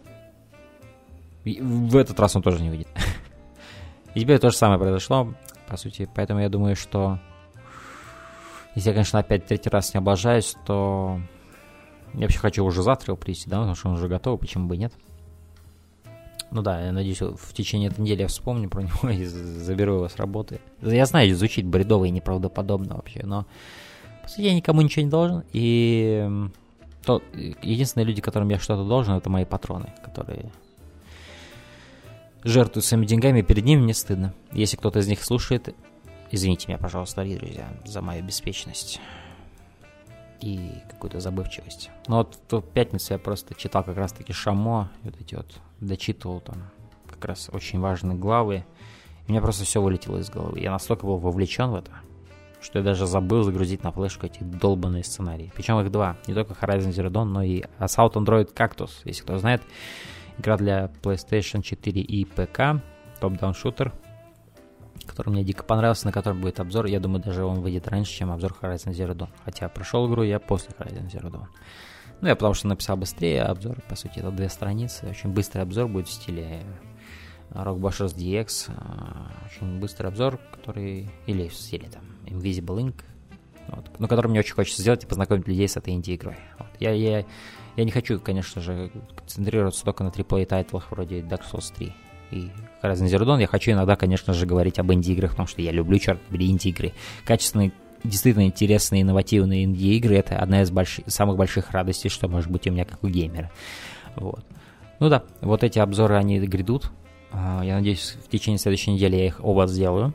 в этот раз он тоже не выйдет. И теперь то же самое произошло, по сути. Поэтому я думаю, что если я, конечно, опять третий раз не облажаюсь, то я вообще хочу уже завтра его привезти, да, потому что он уже готов, почему бы и нет. Ну да, я надеюсь, в течение этой недели я вспомню про него и заберу его с работы. Я знаю, звучит бредово и неправдоподобно вообще, но по сути я никому ничего не должен. И то, единственные люди, которым я что-то должен, это мои патроны, которые жертвуют своими деньгами, и перед ними мне стыдно. Если кто-то из них слушает, извините меня, пожалуйста, дорогие друзья, за мою беспечность и какую-то забывчивость. Но вот в ту пятницу я просто читал как раз-таки Шамо, вот эти вот, дочитывал там как раз очень важные главы, и у меня просто все вылетело из головы. Я настолько был вовлечен в это, что я даже забыл загрузить на флешку эти долбанные сценарии. Причем их два, не только Horizon Zero Dawn, но и Assault on Droid Cactus, если кто знает. Игра для PlayStation четыре и пэ ка, топ-даун шутер, который мне дико понравился, на котором будет обзор. Я думаю, даже он выйдет раньше, чем обзор Horizon Zero Dawn. Хотя прошел игру я после Horizon Zero Dawn. Ну, я потому что написал быстрее обзор. По сути, это две страницы. Очень быстрый обзор будет в стиле Rockbusters ди экс. Очень быстрый обзор, который... Или в стиле там Invisible Ink. Вот, но который мне очень хочется сделать и познакомить людей с этой инди-игрой. Вот. Я, я, я не хочу, конечно же, концентрироваться только на триплей тайтлах вроде Dark Souls три и Horizon Zero Dawn. Я хочу иногда, конечно же, говорить об инди-играх, потому что я люблю, черт побери, инди-игры. Качественные, действительно интересные, инновативные инди-игры — это одна из больших, самых больших радостей, что может быть у меня как у геймера. Вот. Ну да, вот эти обзоры, они грядут. Я надеюсь, в течение следующей недели я их оба сделаю.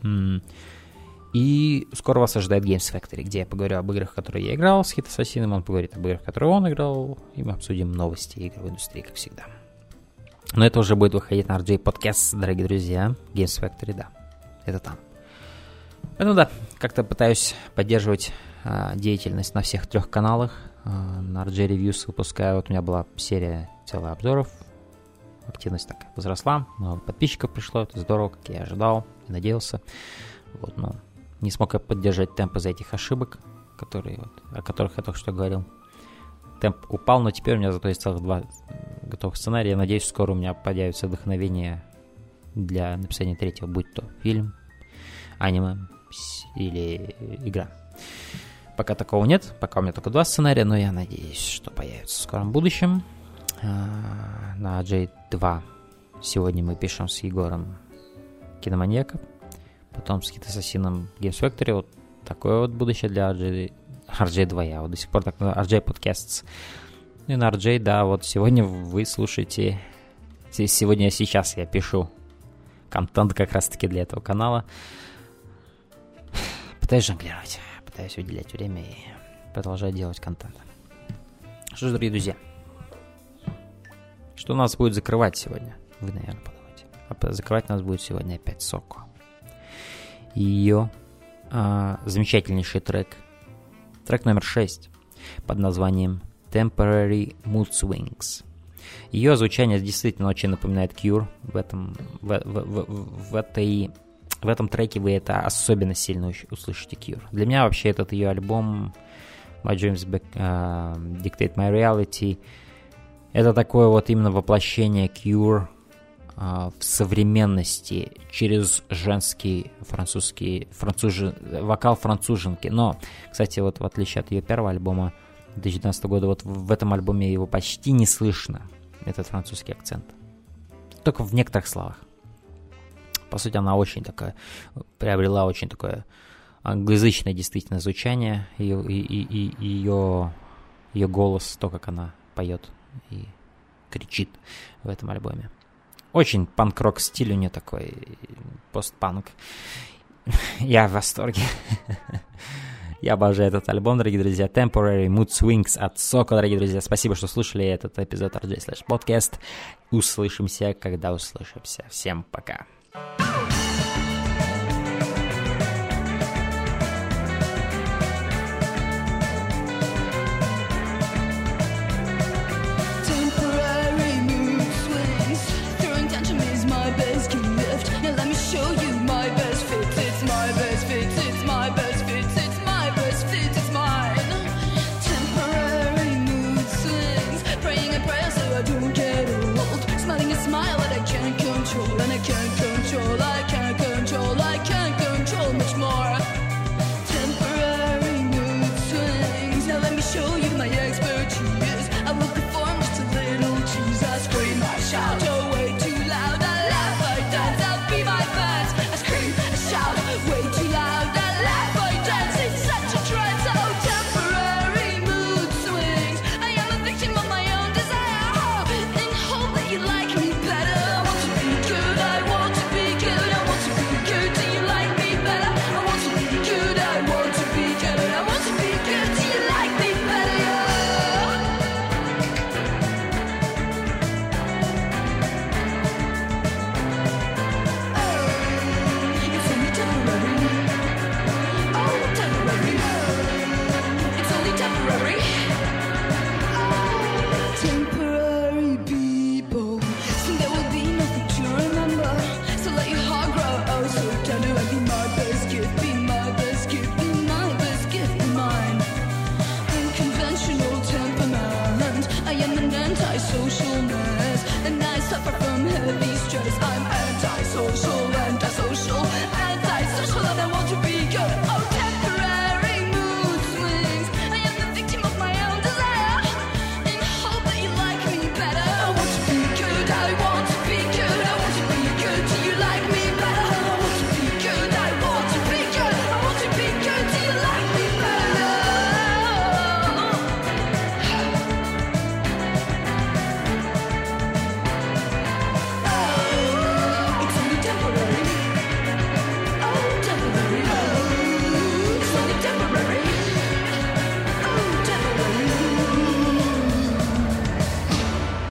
И скоро вас ожидает Games Factory, где я поговорю об играх, которые я играл с Hit Assassin, он поговорит об играх, которые он играл, и мы обсудим новости игр в индустрии, как всегда. Но это уже будет выходить на ар джей Podcast, дорогие друзья. Games Factory, да, это там. Ну да, как-то пытаюсь поддерживать а, деятельность на всех трех каналах. А, на ар джей Reviews выпускаю, вот у меня была серия целых обзоров. Активность так возросла, много подписчиков пришло, это здорово, как я ожидал и надеялся. Вот, но не смог я поддержать темп из-за этих ошибок, которые, вот, о которых я только что говорил. Темп упал, но теперь у меня зато есть целых два готовых сценария. Я надеюсь, скоро у меня появится вдохновение для написания третьего, будь то фильм, аниме или игра. Пока такого нет, пока у меня только два сценария, но я надеюсь, что появится в скором будущем. На джей два сегодня мы пишем с Егором Киноманьяка, потом с Hit Assassin Games Factory. Вот такое вот будущее для ар джей, ар джей два. Я вот до сих пор так называю, ар джей Podcasts. Ну и на ар джей, да, вот сегодня вы слушаете, сегодня, сейчас я пишу контент как раз-таки для этого канала. Пытаюсь жонглировать, пытаюсь уделять время и продолжать делать контент. Что ж, дорогие друзья, что нас будет закрывать сегодня? Вы, наверное, подумаете. А закрывать нас будет сегодня опять Соко. Ее а, замечательнейший трек. Трек номер шесть под названием Temporary Mood Swings. Ее звучание действительно очень напоминает Cure. В этом, в, в, в, в, этой, в этом треке вы это особенно сильно услышите Cure. Для меня вообще этот ее альбом My Dreams Back, uh, Dictate My Reality это такое вот именно воплощение Cure uh, в современности через женский французский француж, вокал француженки. Но, кстати, вот в отличие от ее первого альбома две тысячи девятнадцатого года, вот в этом альбоме его почти не слышно, этот французский акцент. Только в некоторых словах. По сути, она очень такая, приобрела очень такое англоязычное действительно звучание, ее, и, и, и, ее, ее голос, то, как она поет и кричит в этом альбоме. Очень панк-рок стиль у нее такой, постпанк. Я в восторге. Я обожаю этот альбом, дорогие друзья. Temporary Mood Swings от Соко, дорогие друзья. Спасибо, что слушали этот эпизод ар джей слэш Podcast. Услышимся, когда услышимся. Всем пока.